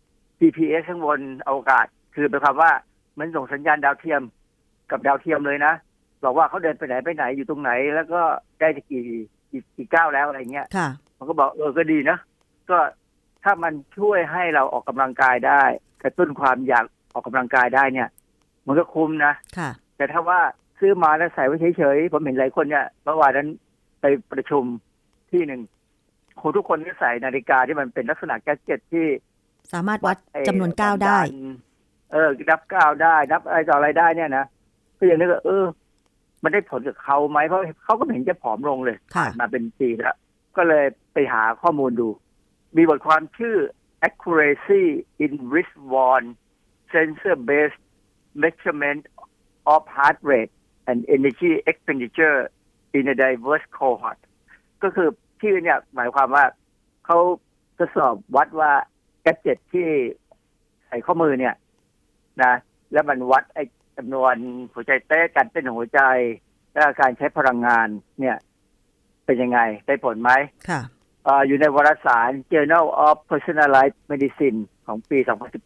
GPS ข้างบนอวกาศคือเป็นความว่ามันส่งสัญญาณดาวเทียมกับดาวเทียมเลยนะบอกว่าเขาเดินไปไหนอยู่ตรงไหนแล้วก็ได้กี่ก้าวแล้วอะไรเงี้ยมันก็บอกก็ดีนะก็ถ้ามันช่วยให้เราออกกำลังกายได้กระตุ้นความอยากออกกำลังกายได้เนี่ยมันก็คุ้มนะแต่ถ้าว่าซื้อมาแล้วใส่ไว้เฉยๆผมเห็นหลายคนเนี่ยเมื่อวานนั้นไปประชุมที่หนึ่งทุกคนก็ใส่นาฬิกาที่มันเป็นลักษณะแกดเจ็ตที่สามารถวัดจำนวนก้าวได้นับก้าวได้นับอะไรต่ออะไรได้เนี่ยนะก็อย่างนี้ก็มันได้ผลกับเขาไหมเพราะเขาก็เห็นจะผอมลงเลยมาเป็นปีแล้วก็เลยไปหาข้อมูลดูมีบทความชื่อ Accuracy in Wrist-worn Sensor-based Measurement of Heart Rate and Energy Expenditure in a Diverse Cohort ก็คือชื่อเนี่ยหมายความว่าเขาทดสอบวัดว่าแกดเจ็ตที่ใส่ข้อมือเนี่ยนะแล้วมันวัดไอ้จำนวนหัวใจเต้นการเต้นของหัวใจและการใช้พลังงานเนี่ยเป็นยังไงได้ผลไหมค่ะอยู่ในวารสาร Journal of Personalized Medicine ของปี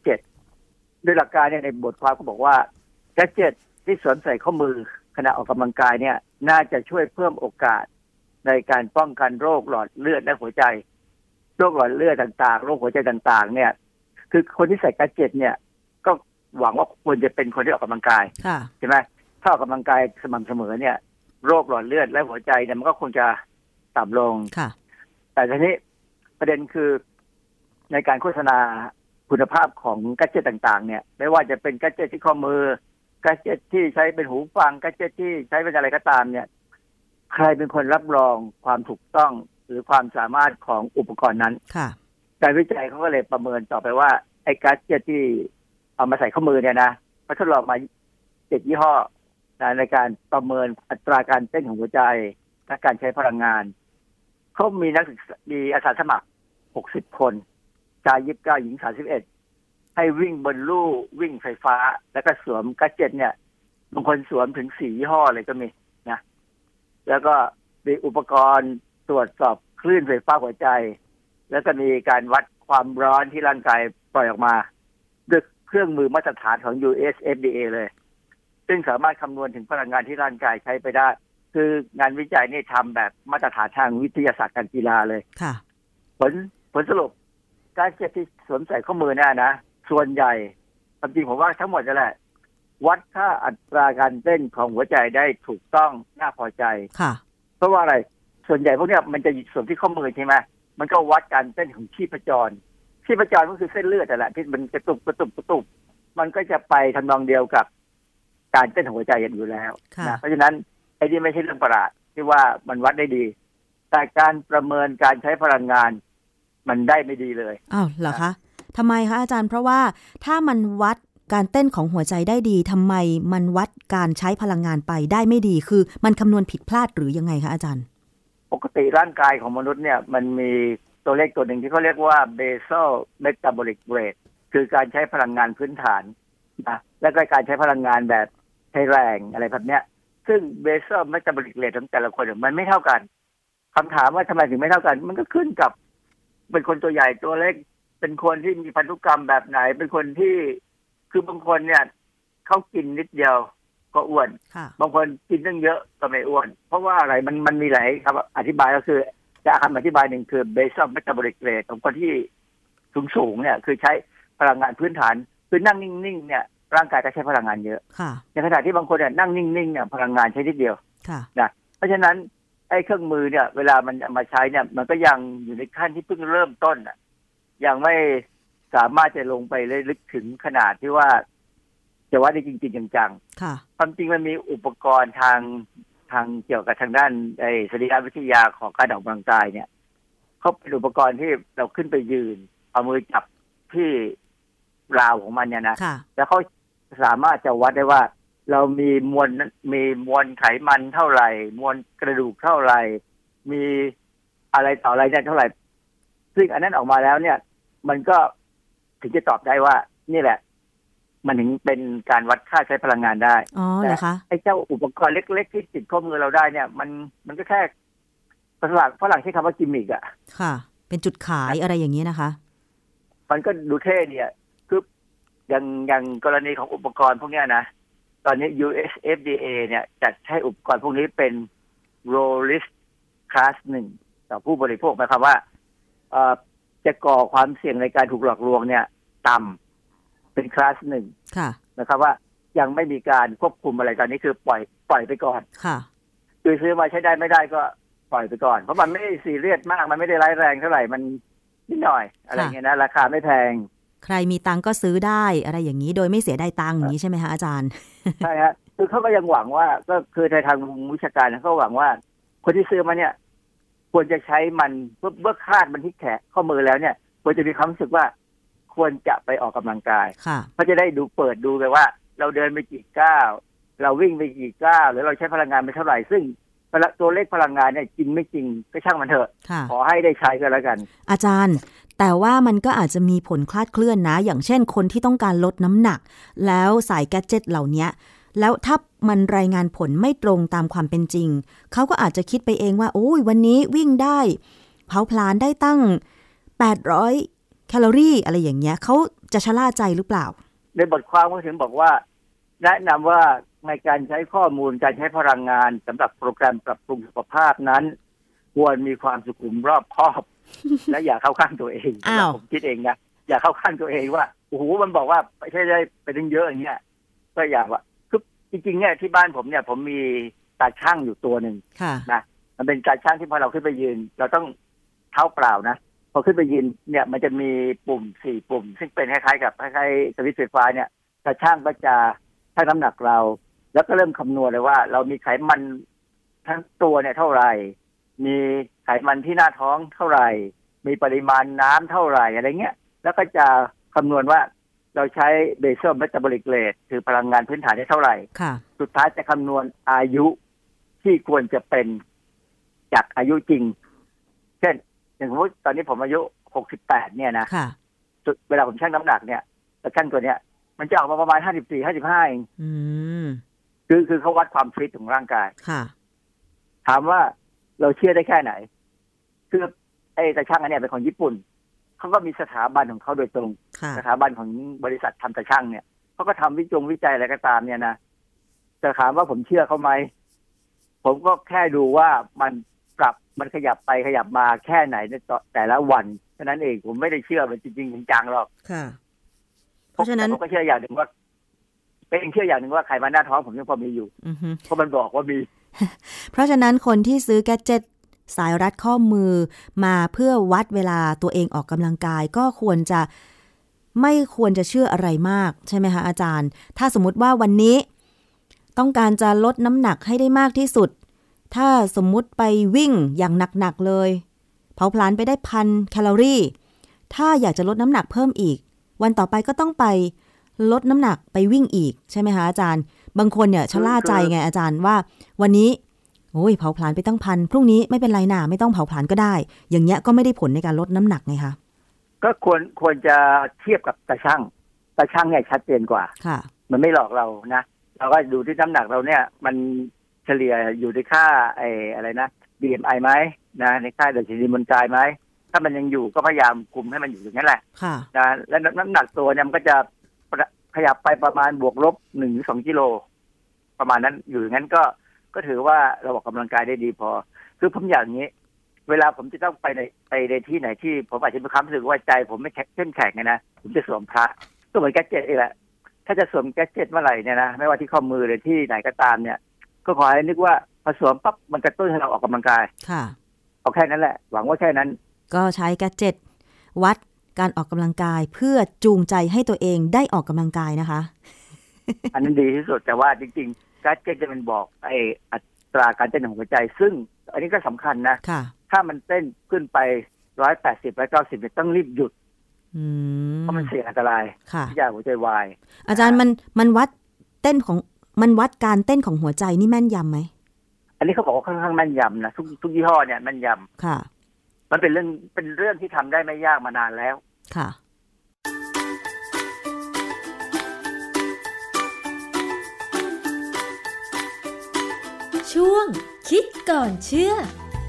2017 โดยหลักการเนี่ยในบทความก็บอกว่าแกดเจ็ตที่สวมใส่ข้อมือขณะออกกำลังกายเนี่ยน่าจะช่วยเพิ่มโอกาสในการป้องกันโรคหลอดเลือดและหัวใจโรคหลอดเลือดต่างๆโรคหัวใจต่างๆเนี่ยคือคนที่ใส่แกดเจ็ตเนี่ยก็หวังว่าควรจะเป็นคนที่ออกกำลังกายใช่ไหมถ้าออกกำลังกายสม่ำเสมอเนี่ยโรคหลอดเลือดและหัวใจเนี่ยมันก็คงจะต่ำลงแต่ทีนี้ประเด็นคือในการโฆษณาคุณภาพของแกดเจ็ตต่างๆเนี่ยไม่ว่าจะเป็นแกดเจ็ตที่ข้อมือแกดเจ็ตที่ใช้เป็นหูฟังแกดเจ็ตที่ใช้เป็นอะไรก็ตามเนี่ยใครเป็นคนรับรองความถูกต้องหรือความสามารถของอุปกรณ์นั้นการวิจัยเขาก็เลยประเมินต่อไปว่าไอ้แกดเจ็ตที่เอามาใส่ข้อมือเนี่ยนะเขาทดลองมา7 ยี่ห้อในการประเมินอัตราการเต้นของหัวใจและการใช้พลังงานเขามีนักศึกษามีอาสาสมัคร60 คนชาย29หญิง31ให้วิ่งบนลู่วิ่งไฟฟ้าแล้วก็สวมแกดเจ็ตเนี่ยบางคนสวมถึง4 ยี่ห้อเลยก็มีนะแล้วก็มีอุปกรณ์ตรวจสอบคลื่นไฟฟ้าหัวใจแล้วก็มีการวัดความร้อนที่ร่างกายปล่อยออกมาด้วยเครื่องมือมาตรฐานของ US FDA เลยซึ่งสามารถคำนวณถึงพลังงานที่ร่างกายใช้ไปได้คืองานวิจัยนี่ทำแบบมาตรฐานทางวิทยาศาสตร์การกีฬาเลยค่ะผลสรุปการเจ็ตที่สวมใส่ข้อมือเนี่ยนะส่วนใหญ่ความจริงผมว่าทั้งหมดนั่นแหละวัดค่าอัตราการเต้นของหัวใจได้ถูกต้องน่าพอใจค่ะเพราะว่าอะไรส่วนใหญ่พวกเนี้ยมันจะสวมที่ข้อมือใช่ไหมมันก็วัดการเต้นของชีพจรก็คือเส้นเลือดแหละที่มันกระตุกมันก็จะไปทำนองเดียวกับการเต้นของหัวใจอยู่แล้วนะเพราะฉะนั้นไอ้นี่ไม่ใช่เรื่องประหลาดที่ว่ามันวัดได้ดีแต่การประเมินการใช้พลังงานมันได้ไม่ดีเลยอ้าวเหรอคะทำไมคะอาจารย์เพราะว่าถ้ามันวัดการเต้นของหัวใจได้ดีทำไมมันวัดการใช้พลังงานไปได้ไม่ดีคือมันคำนวณผิดพลาดหรือยังไงคะอาจารย์ปกติร่างกายของมนุษย์เนี่ยมันมีตัวเลขตัวหนึ่งที่เขาเรียกว่า basal metabolic rate คือการใช้พลังงานพื้นฐานนะและก็การใช้พลังงานแบบใช้แรงอะไรแบบเนี้ยซึ่ง basal metabolic rate ของแต่ละคนมันไม่เท่ากันคำถามว่าทำไมถึงไม่เท่ากันมันก็ขึ้นกับเป็นคนตัวใหญ่ตัวเล็กเป็นคนที่มีพันธุกรรมแบบไหนเป็นคนที่คือบางคนเนี่ยเขากินนิดเดียวก็อ้วนบางคนกินตั้งเยอะก็ไม่อ้วนเพราะว่าอะไรมันมีหลายคำอธิบายก็คือจะคำอธิบายหนึ่งคือ basal metabolic rate ของคนที่สูงเนี่ยคือใช้พลังงานพื้นฐานคือนั่งนิ่งๆเนี่ยร่างกายก็ใช้พลังงานเยอะในขณะที่บางคนเนี่ยนั่งนิ่งๆเนี่ยพลังงานใช้นิดเดียวนะเพราะฉะนั้นไอ้เครื่องมือเนี่ยเวลามันมาใช้เนี่ยมันก็ยังอยู่ในขั้นที่เพิ่งเริ่มต้นอ่ะยังไม่สามารถจะลงไปลึกถึงขนาดที่ว่าจะวัดได้จริงๆจังๆความจริงมันมีอุปกรณ์ทางเกี่ยวกับทางด้านไอ้สรีรวิทยาของการออกกำลังกายเนี่ยเขาเป็นอุปกรณ์ที่เราขึ้นไปยืนเอามือจับที่ราวของมันเนี่ยนะแล้วเขาสามารถจะวัดได้ว่าเรามีมวลไขมันเท่าไหร่มวลกระดูกเท่าไหร่มีอะไรต่ออะไรเนี่ยเท่าไหร่ซึ่งอันนั้นออกมาแล้วเนี่ยมันก็ถึงจะตอบได้ว่านี่แหละมันถึงเป็นการวัดค่าใช้พลังงานได้แต่ไอ้เจ้าอุปกรณ์เล็กๆที่ติดข้อมือเราได้เนี่ยมันก็แค่ฝรั่งใช้คำว่ากิมมิกอ่ะค่ะเป็นจุดขายอะไรอย่างนี้นะคะมันก็ดูเท่เนี่ยคืออย่างกรณีของอุปกรณ์พวกนี้นะตอนนี้ US FDA เนี่ยจัดให้อุปกรณ์พวกนี้เป็น low risk class 1ต่อผู้บริโภคหมายความว่าจะก่อความเสี่ยงในการถูกหลอกลวงเนี่ยต่ำเป็น class 1นะครับว่ายังไม่มีการควบคุมอะไรตอนนี้คือปล่อยไปก่อนคือซื้อมาใช้ได้ไม่ได้ก็ปล่อยไปก่อนเพราะมันไม่ได้ซีเรียสมากมันไม่ได้ร้ายแรงเท่าไหร่มันนิดหน่อยอะไรเงี้ยนะราคาไม่แพงใครมีตังก็ซื้อได้อะไรอย่างนี้โดยไม่เสียดายตังค์อย่างนี้ใช่ไหมคะอาจารย์ใช่ฮะคือเขาก็ยังหวังว่าก็คือในทางวิชาการเขาหวังว่าคนที่ซื้อมาเนี่ยควรจะใช้มันเพื่อคาดมันที่แขนข้อมือแล้วเนี่ยควรจะมีความรู้สึกว่าควรจะไปออกกำลังกายเพราะจะได้เปิดดูไปว่าเราเดินไปกี่ก้าวเราวิ่งไปกี่ก้าวหรือเราใช้พลังงานไปเท่าไหร่ซึ่งตัวเลขพลังงานเนี่ยจริงไม่จริงก็ช่างมันเถอะขอให้ได้ใช้ก็แล้วกันอาจารย์แต่ว่ามันก็อาจจะมีผลคลาดเคลื่อนนะอย่างเช่นคนที่ต้องการลดน้ำหนักแล้วใส่แกดเจ็ตเหล่านี้แล้วถ้ามันรายงานผลไม่ตรงตามความเป็นจริงเขาก็อาจจะคิดไปเองว่าโอ้ยวันนี้วิ่งได้เผาผลาญได้ตั้ง800แคลอรี่อะไรอย่างเงี้ยเขาจะชะล่าใจหรือเปล่าในบทความก็ถึงบอกว่าแนะนำว่าในการใช้ข้อมูลการใช้พลังงานสำหรับโปรแกรมปรับปรุงสุขภาพนั้นควรมีความสุขุมรอบคอบ และอย่าเข้าข้างตัวเองผมคิดเองนะอย่าเข้าข้างตัวเองว่าโอ้โหมันบอกว่าไม่ใช่ได้ไปถึงเยอะอย่างเงี้ยก็อย่าว่าคือจริงๆเนี่ยที่บ้านผมเนี่ยผมมีตาช่างอยู่ตัวหนึ่งนะมันเป็นตาช่างที่พอเราขึ้นไปยืนเราต้องเท้าเปล่านะพอขึ้นไปยืนเนี่ยมันจะมีปุ่ม4ปุ่มซึ่งเป็นคล้ายๆกับคล้ายๆสวิตช์ไฟฟ้าเนี่ยแต่ช่างก็จะชั่งน้ำหนักเราแล้วก็เริ่มคำนวณเลยว่าเรามีไขมันทั้งตัวเนี่ยเท่าไหร่มีไขมันที่หน้าท้องเท่าไหร่มีปริมาณน้ำเท่าไหร่อะไรเงี้ยแล้วก็จะคำนวณว่าเราใช้เบเซลเมตาบอลิกเรทคือพลังงานพื้นฐานได้เท่าไหร่สุดท้ายจะคำนวณอายุที่ควรจะเป็นจากอายุจริงเช่นอย่างสมมติตอนนี้ผมอายุ68เนี่ยนะเวลาผมชั่งน้ำหนักเนี่ยแต่ชั่งตัวเนี้ยมันจะออกมาประมาณ54-55เองคือเขาวัดความฟิตของร่างกายถามว่าเราเชื่อได้แค่ไหนคือไอ้ตาช่างอันเนี้ยเป็นของญี่ปุ่นเขาก็มีสถาบันของเขาโดยตรงสถาบันของบริษัททำตาช่างเนี่ยเขาก็ทำวิจัยอะไรก็ตามเนี่ยนะจะถามว่าผมเชื่อเขาไหมผมก็แค่ดูว่ามันขยับไปขยับมาแค่ไหนในแต่ละวันแค่นั้นเองผมไม่ได้เชื่อมันจริงๆจังๆหรอกเพราะฉะนั้นผมก็เชื่ออย่างหนึ่งว่าเป็นเชื่ออย่างหนึ่งว่าไขมันหน้าท้องผมยังพอมีอยู่เพราะมันบอกว่ามีเพราะฉะนั้นคนที่ซื้อแกดเจ็ตสายรัดข้อมือมาเพื่อวัดเวลาตัวเองออกกำลังกายก็ไม่ควรจะเชื่ออะไรมากใช่ไหมคะอาจารย์ถ้าสมมติว่าวันนี้ต้องการจะลดน้ำหนักให้ได้มากที่สุดถ้าสมมุติไปวิ่งอย่างหนักๆเลยเผาผลาญไปได้ 1,000 แคลอรี่ถ้าอยากจะลดน้ำหนักเพิ่มอีกวันต่อไปก็ต้องไปลดน้ำหนักไปวิ่งอีกใช่ไหมคะอาจารย์บางคนเนี่ยชะล่าใจไงอาจารย์ว่าวันนี้โอ้ยเผาผลาญไปตั้ง 1,000พรุ่งนี้ไม่เป็นไรนะไม่ต้องเผาผลาญก็ได้อย่างเงี้ยก็ไม่ได้ผลในการลดน้ำหนักไงคะก็ควรจะเทียบกับตาช่างเนี่ยชัดเจนกว่าค่ะมันไม่หลอกเรานะเราก็ดูที่น้ำหนักเราเนี่ยมันเฉลี่ยอยู่ในค่าอะไรนะ BMI ไหมนะในค่าดัชนีมวลกายไหมถ้ามันยังอยู่ก็พยายามคุมให้มันอยู่อย่างนั้นแหละนะและน้ำหนักตัวเนี่ยมันก็จะขยับไปประมาณบวกลบ 1-2 กิโลประมาณนั้นอยู่อย่างนั้นก็ถือว่าเราออกกำลังกายได้ดีพอคือผมอย่างนี้เวลาผมจะต้องไปในที่ไหนที่ผมอาจจะมีความรู้สึกว่าใจผมไม่เข้มแข็งนะผมจะสวมพระก็เหมือนแกดเจ็ตเองแหละถ้าจะสวมแกดเจ็ตเมื่อไหร่เนี่ยนะไม่ว่าที่ข้อมือหรือที่ไหนก็ตามเนี่ยก็ขอให้นึกว่าพอสวมปั๊บมันกระตุ้นให้เราออกกำลังกายค่ะเอาแค่นั้นแหละหวังว่าแค่นั้นก็ใช้แกดเจ็ตวัดการออกกำลังกายเพื่อจูงใจให้ตัวเองได้ออกกำลังกายนะคะอันนั้นดีที่สุดแต่ว่าจริงๆแกดเจ็ตจะเป็นบอกอัตราการเต้นของหัวใจซึ่งอันนี้ก็สำคัญนะถ้ามันเต้นขึ้นไป180-190ต้องรีบหยุดเพราะมันเสี่ยงอันตรายที่จะหัวใจวายอาจารย์มันวัดการเต้นของหัวใจนี่แม่นยำไหมอันนี้เขาบอกว่าค่อนข้างแม่นยำนะทุกยี่ห้อเนี่ยแม่นยำค่ะมันเป็นเรื่องที่ทำได้ไม่ยากมานานแล้วค่ะช่วงคิดก่อนเชื่อ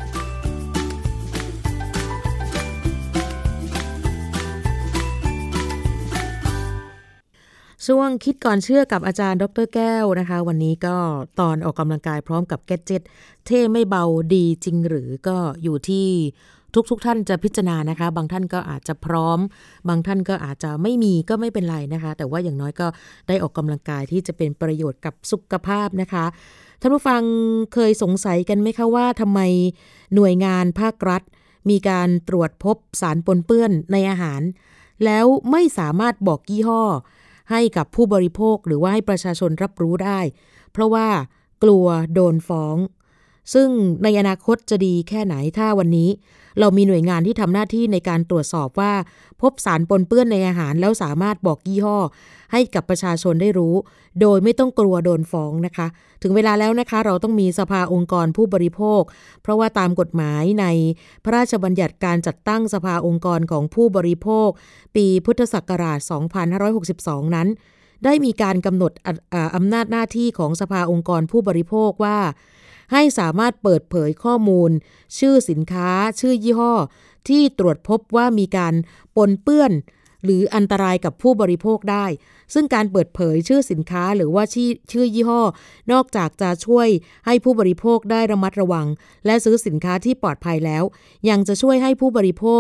ช่วงคิดก่อนเชื่อกับอาจารย์ดร.แก้วนะคะวันนี้ก็ตอนออกกำลังกายพร้อมกับแกดเจ็ตเท่ไม่เบาดีจริงหรือก็อยู่ที่ทุกท่านจะพิจารณานะคะบางท่านก็อาจจะพร้อมบางท่านก็อาจจะไม่มีก็ไม่เป็นไรนะคะแต่ว่าอย่างน้อยก็ได้ออกกำลังกายที่จะเป็นประโยชน์กับสุขภาพนะคะท่านผู้ฟังเคยสงสัยกันไหมคะว่าทำไมหน่วยงานภาครัฐมีการตรวจพบสารปนเปื้อนในอาหารแล้วไม่สามารถบอกยี่ห้อให้กับผู้บริโภคหรือว่าให้ประชาชนรับรู้ได้เพราะว่ากลัวโดนฟ้องซึ่งในอนาคตจะดีแค่ไหนถ้าวันนี้เรามีหน่วยงานที่ทำหน้าที่ในการตรวจสอบว่าพบสารปนเปื้อนในอาหารแล้วสามารถบอกยี่ห้อให้กับประชาชนได้รู้โดยไม่ต้องกลัวโดนฟ้องนะคะถึงเวลาแล้วนะคะเราต้องมีสภาองค์กรผู้บริโภคเพราะว่าตามกฎหมายในพระราชบัญญัติการจัดตั้งสภาองค์กรของผู้บริโภคปีพุทธศักราช 2562 นั้นได้มีการกำหนดอำนาจหน้าที่ของสภาองค์กรผู้บริโภคว่าให้สามารถเปิดเผยข้อมูลชื่อสินค้าชื่อยี่ห้อที่ตรวจพบว่ามีการปนเปื้อนหรืออันตรายกับผู้บริโภคได้ซึ่งการเปิดเผยชื่อสินค้าหรือว่าชื่อยี่ห้อนอกจากจะช่วยให้ผู้บริโภคได้ระมัดระวังและซื้อสินค้าที่ปลอดภัยแล้วยังจะช่วยให้ผู้บริโภค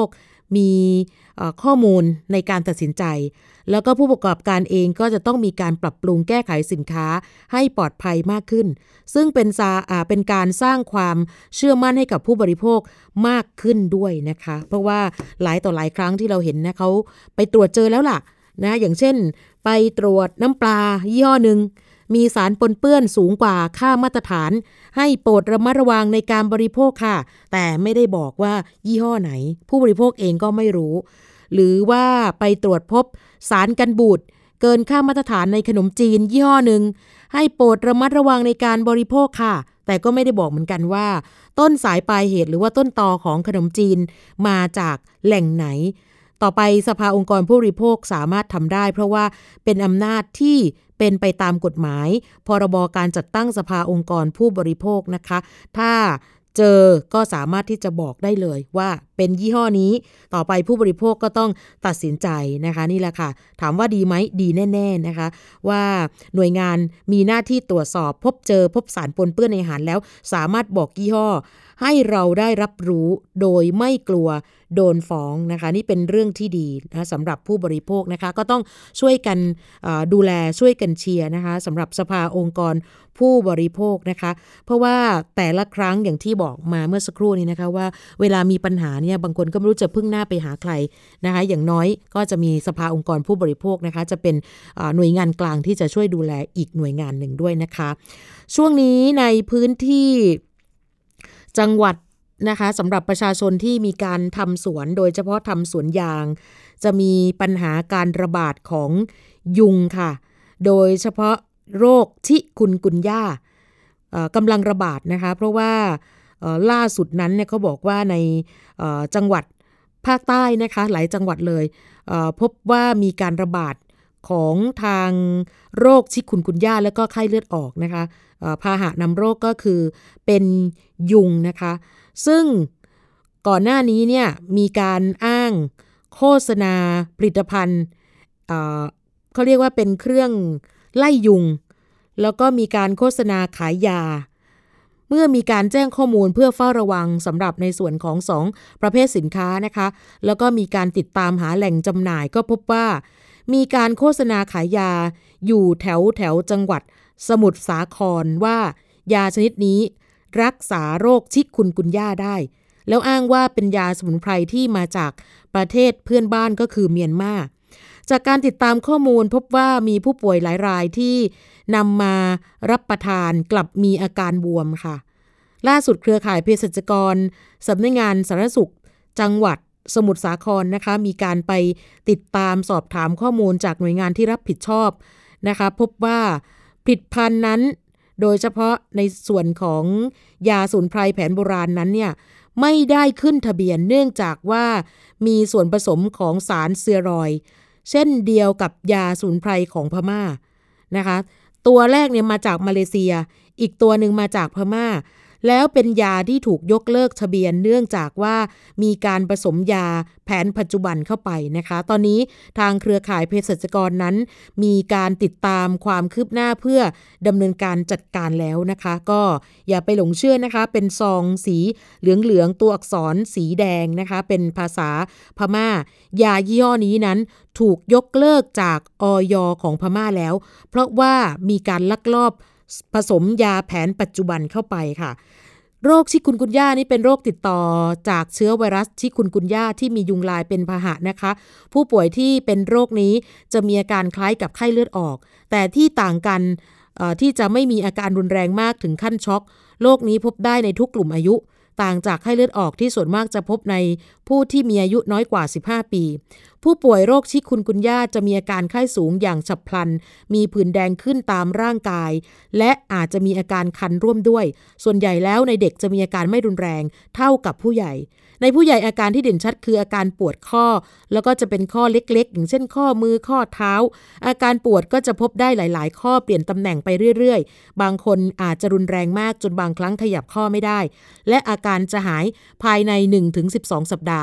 มีข้อมูลในการตัดสินใจแล้วก็ผู้ประกอบการเองก็จะต้องมีการปรับปรุงแก้ไขสินค้าให้ปลอดภัยมากขึ้นซึ่งเป็นการสร้างความเชื่อมั่นให้กับผู้บริโภคมากขึ้นด้วยนะคะเพราะว่าหลายต่อหลายครั้งที่เราเห็นนะเขาไปตรวจเจอแล้วล่ะนะอย่างเช่นไปตรวจน้ำปลายี่ห้อนึงมีสารปนเปื้อนสูงกว่าค่ามาตรฐานให้โปรดระมัดระวังในการบริโภคค่ะแต่ไม่ได้บอกว่ายี่ห้อไหนผู้บริโภคเองก็ไม่รู้หรือว่าไปตรวจพบสารกันบูดเกินค่ามาตรฐานในขนมจีนยี่ห้อนึงให้โปรดระมัดระวังในการบริโภคค่ะแต่ก็ไม่ได้บอกเหมือนกันว่าต้นสายปลายเหตุหรือว่าต้นตอของขนมจีนมาจากแหล่งไหนต่อไปสภาองค์กรผู้บริโภคสามารถทำได้เพราะว่าเป็นอำนาจที่เป็นไปตามกฎหมายพรบการจัดตั้งสภาองค์กรผู้บริโภคนะคะถ้าเจอก็สามารถที่จะบอกได้เลยว่าเป็นยี่ห้อนี้ต่อไปผู้บริโภคก็ต้องตัดสินใจนะคะนี่แหละค่ะถามว่าดีไหมดีแน่ๆนะคะว่าหน่วยงานมีหน้าที่ตรวจสอบพบสารปนเปื้อนในอาหารแล้วสามารถบอกยี่ห้อให้เราได้รับรู้โดยไม่กลัวโดนฟ้องนะคะนี่เป็นเรื่องที่ดีนะสำหรับผู้บริโภคนะคะก็ต้องช่วยกันดูแลช่วยกันเชียร์นะคะสำหรับสภาองค์กรผู้บริโภคนะคะเพราะว่าแต่ละครั้งอย่างที่บอกมาเมื่อสักครู่นี้นะคะว่าเวลามีปัญหาเนี่ยบางคนก็ไม่รู้จะพึ่งหน้าไปหาใครนะคะอย่างน้อยก็จะมีสภาองค์กรผู้บริโภคนะคะจะเป็นหน่วยงานกลางที่จะช่วยดูแลอีกหน่วยงานหนึ่งด้วยนะคะช่วงนี้ในพื้นที่จังหวัดนะคะสำหรับประชาชนที่มีการทำสวนโดยเฉพาะทำสวนยางจะมีปัญหาการระบาดของยุงค่ะโดยเฉพาะโรคชิคุนกุนย่ากำลังระบาดนะคะเพราะว่าล่าสุดนั้นเนี่ยเขาบอกว่าในจังหวัดภาคใต้นะคะหลายจังหวัดเลยพบว่ามีการระบาดของทางโรคชิคุนกุนย่าแล้วก็ไข้เลือดออกนะคะพาหะนำโรคก็คือเป็นยุงนะคะซึ่งก่อนหน้านี้เนี่ยมีการอ้างโฆษณาผลิตภัณฑ์เขาเรียกว่าเป็นเครื่องไล่ยุงแล้วก็มีการโฆษณาขายยาเมื่อมีการแจ้งข้อมูลเพื่อเฝ้าระวังสำหรับในส่วนของ2ประเภทสินค้านะคะแล้วก็มีการติดตามหาแหล่งจำหน่ายก็พบว่ามีการโฆษณาขายยาอยู่แถวจังหวัดสมุทรสาครว่ายาชนิดนี้รักษาโรคชิคุนกุนย่าได้แล้วอ้างว่าเป็นยาสมุนไพรที่มาจากประเทศเพื่อนบ้านก็คือเมียนมาจากการติดตามข้อมูลพบว่ามีผู้ป่วยหลายรายที่นำมารับประทานกลับมีอาการบวมค่ะล่าสุดเครือข่ายเภสัชกรสำนักงานสาธารณสุขจังหวัดสมุทรสาครนะคะมีการไปติดตามสอบถามข้อมูลจากหน่วยงานที่รับผิดชอบนะคะพบว่าผลิตภัณฑ์นั้นโดยเฉพาะในส่วนของยาสมุนไพรแผนโบราณนั้นเนี่ยไม่ได้ขึ้นทะเบียนเนื่องจากว่ามีส่วนผสมของสารสเตียรอยด์เช่นเดียวกับยาสมุนไพรของพม่านะคะตัวแรกเนี่ยมาจากมาเลเซียอีกตัวหนึ่งมาจากพม่าแล้วเป็นยาที่ถูกยกเลิกทะเบียนเนื่องจากว่ามีการผสมยาแผนปัจจุบันเข้าไปนะคะตอนนี้ทางเครือข่ายเภสัชกรนั้นมีการติดตามความคืบหน้าเพื่อดำเนินการจัดการแล้วนะคะก็อย่าไปหลงเชื่อนะคะเป็นซองสีเหลืองๆตัวอักษรสีแดงนะคะเป็นภาษาพม่ายายี่ห้อนี้นั้นถูกยกเลิกจากอย.ของพม่าแล้วเพราะว่ามีการลักลอบผสมยาแผนปัจจุบันเข้าไปค่ะโรคชิคุนกุนย่านี่เป็นโรคติดต่อจากเชื้อไวรัสชิคุนกุนย่าที่มียุงลายเป็นพาหะนะคะผู้ป่วยที่เป็นโรคนี้จะมีอาการคล้ายกับไข้เลือดออกแต่ที่ต่างกันที่จะไม่มีอาการรุนแรงมากถึงขั้นช็อกโรคนี้พบได้ในทุกกลุ่มอายุต่างจากไข้เลือดออกที่ส่วนมากจะพบในผู้ที่มีอายุน้อยกว่า15ปีผู้ป่วยโรคชิคุนกุนย่าจะมีอาการไข้สูงอย่างฉับพลันมีผื่นแดงขึ้นตามร่างกายและอาจจะมีอาการคันร่วมด้วยส่วนใหญ่แล้วในเด็กจะมีอาการไม่รุนแรงเท่ากับผู้ใหญ่ในผู้ใหญ่อาการที่เด่นชัดคืออาการปวดข้อแล้วก็จะเป็นข้อเล็กๆอย่างเช่นข้อมือข้อเท้าอาการปวดก็จะพบได้หลายๆข้อเปลี่ยนตำแหน่งไปเรื่อยๆบางคนอาจจะรุนแรงมากจนบางครั้งขยับข้อไม่ได้และอาการจะหายภายใน 1-12 สัปดาห์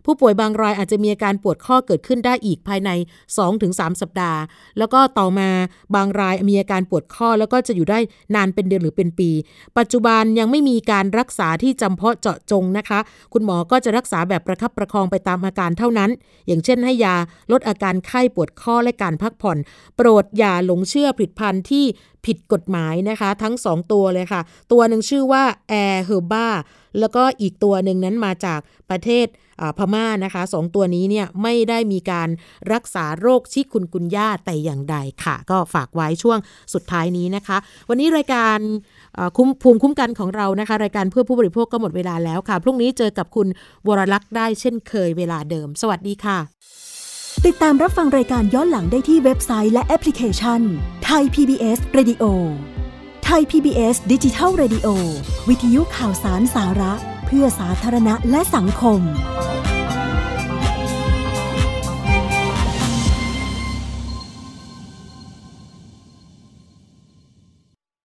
ผู้ป่วยบางรายอาจจะมีอาการปวดข้อเกิดขึ้นได้อีกภายใน 2-3 สัปดาห์แล้วก็ต่อมาบางรายมีอาการปวดข้อแล้วก็จะอยู่ได้นานเป็นเดือนหรือเป็นปีปัจจุบันยังไม่มีการรักษาที่จำเพาะเจาะจงนะคะคุณหมอก็จะรักษาแบบประคับประคองไปตามอาการเท่านั้นอย่างเช่นให้ยาลดอาการไข้ปวดข้อและการพักผ่อนโปรดอย่าหลงเชื่อผลิตภัณฑ์ที่ผิดกฎหมายนะคะทั้ง2ตัวเลยค่ะตัวหนึ่งชื่อว่า Air Herba แล้วก็อีกตัวหนึ่งนั้นมาจากประเทศพม่านะคะ2ตัวนี้เนี่ยไม่ได้มีการรักษาโรคชิคุนกุนย่าแต่อย่างใดค่ะก็ฝากไว้ช่วงสุดท้ายนี้นะคะวันนี้รายการภูมิคุ้มกันของเรานะคะรายการเพื่อผู้บริโภคก็หมดเวลาแล้วค่ะพรุ่งนี้เจอกับคุณวรลักษณ์ได้เช่นเคยเวลาเดิมสวัสดีค่ะติดตามรับฟังรายการย้อนหลังได้ที่เว็บไซต์และแอปพลิเคชัน Thai PBS Radio Thai PBS Digital Radio วิทยุข่าวสารสาระเพื่อสาธารณะและสังคม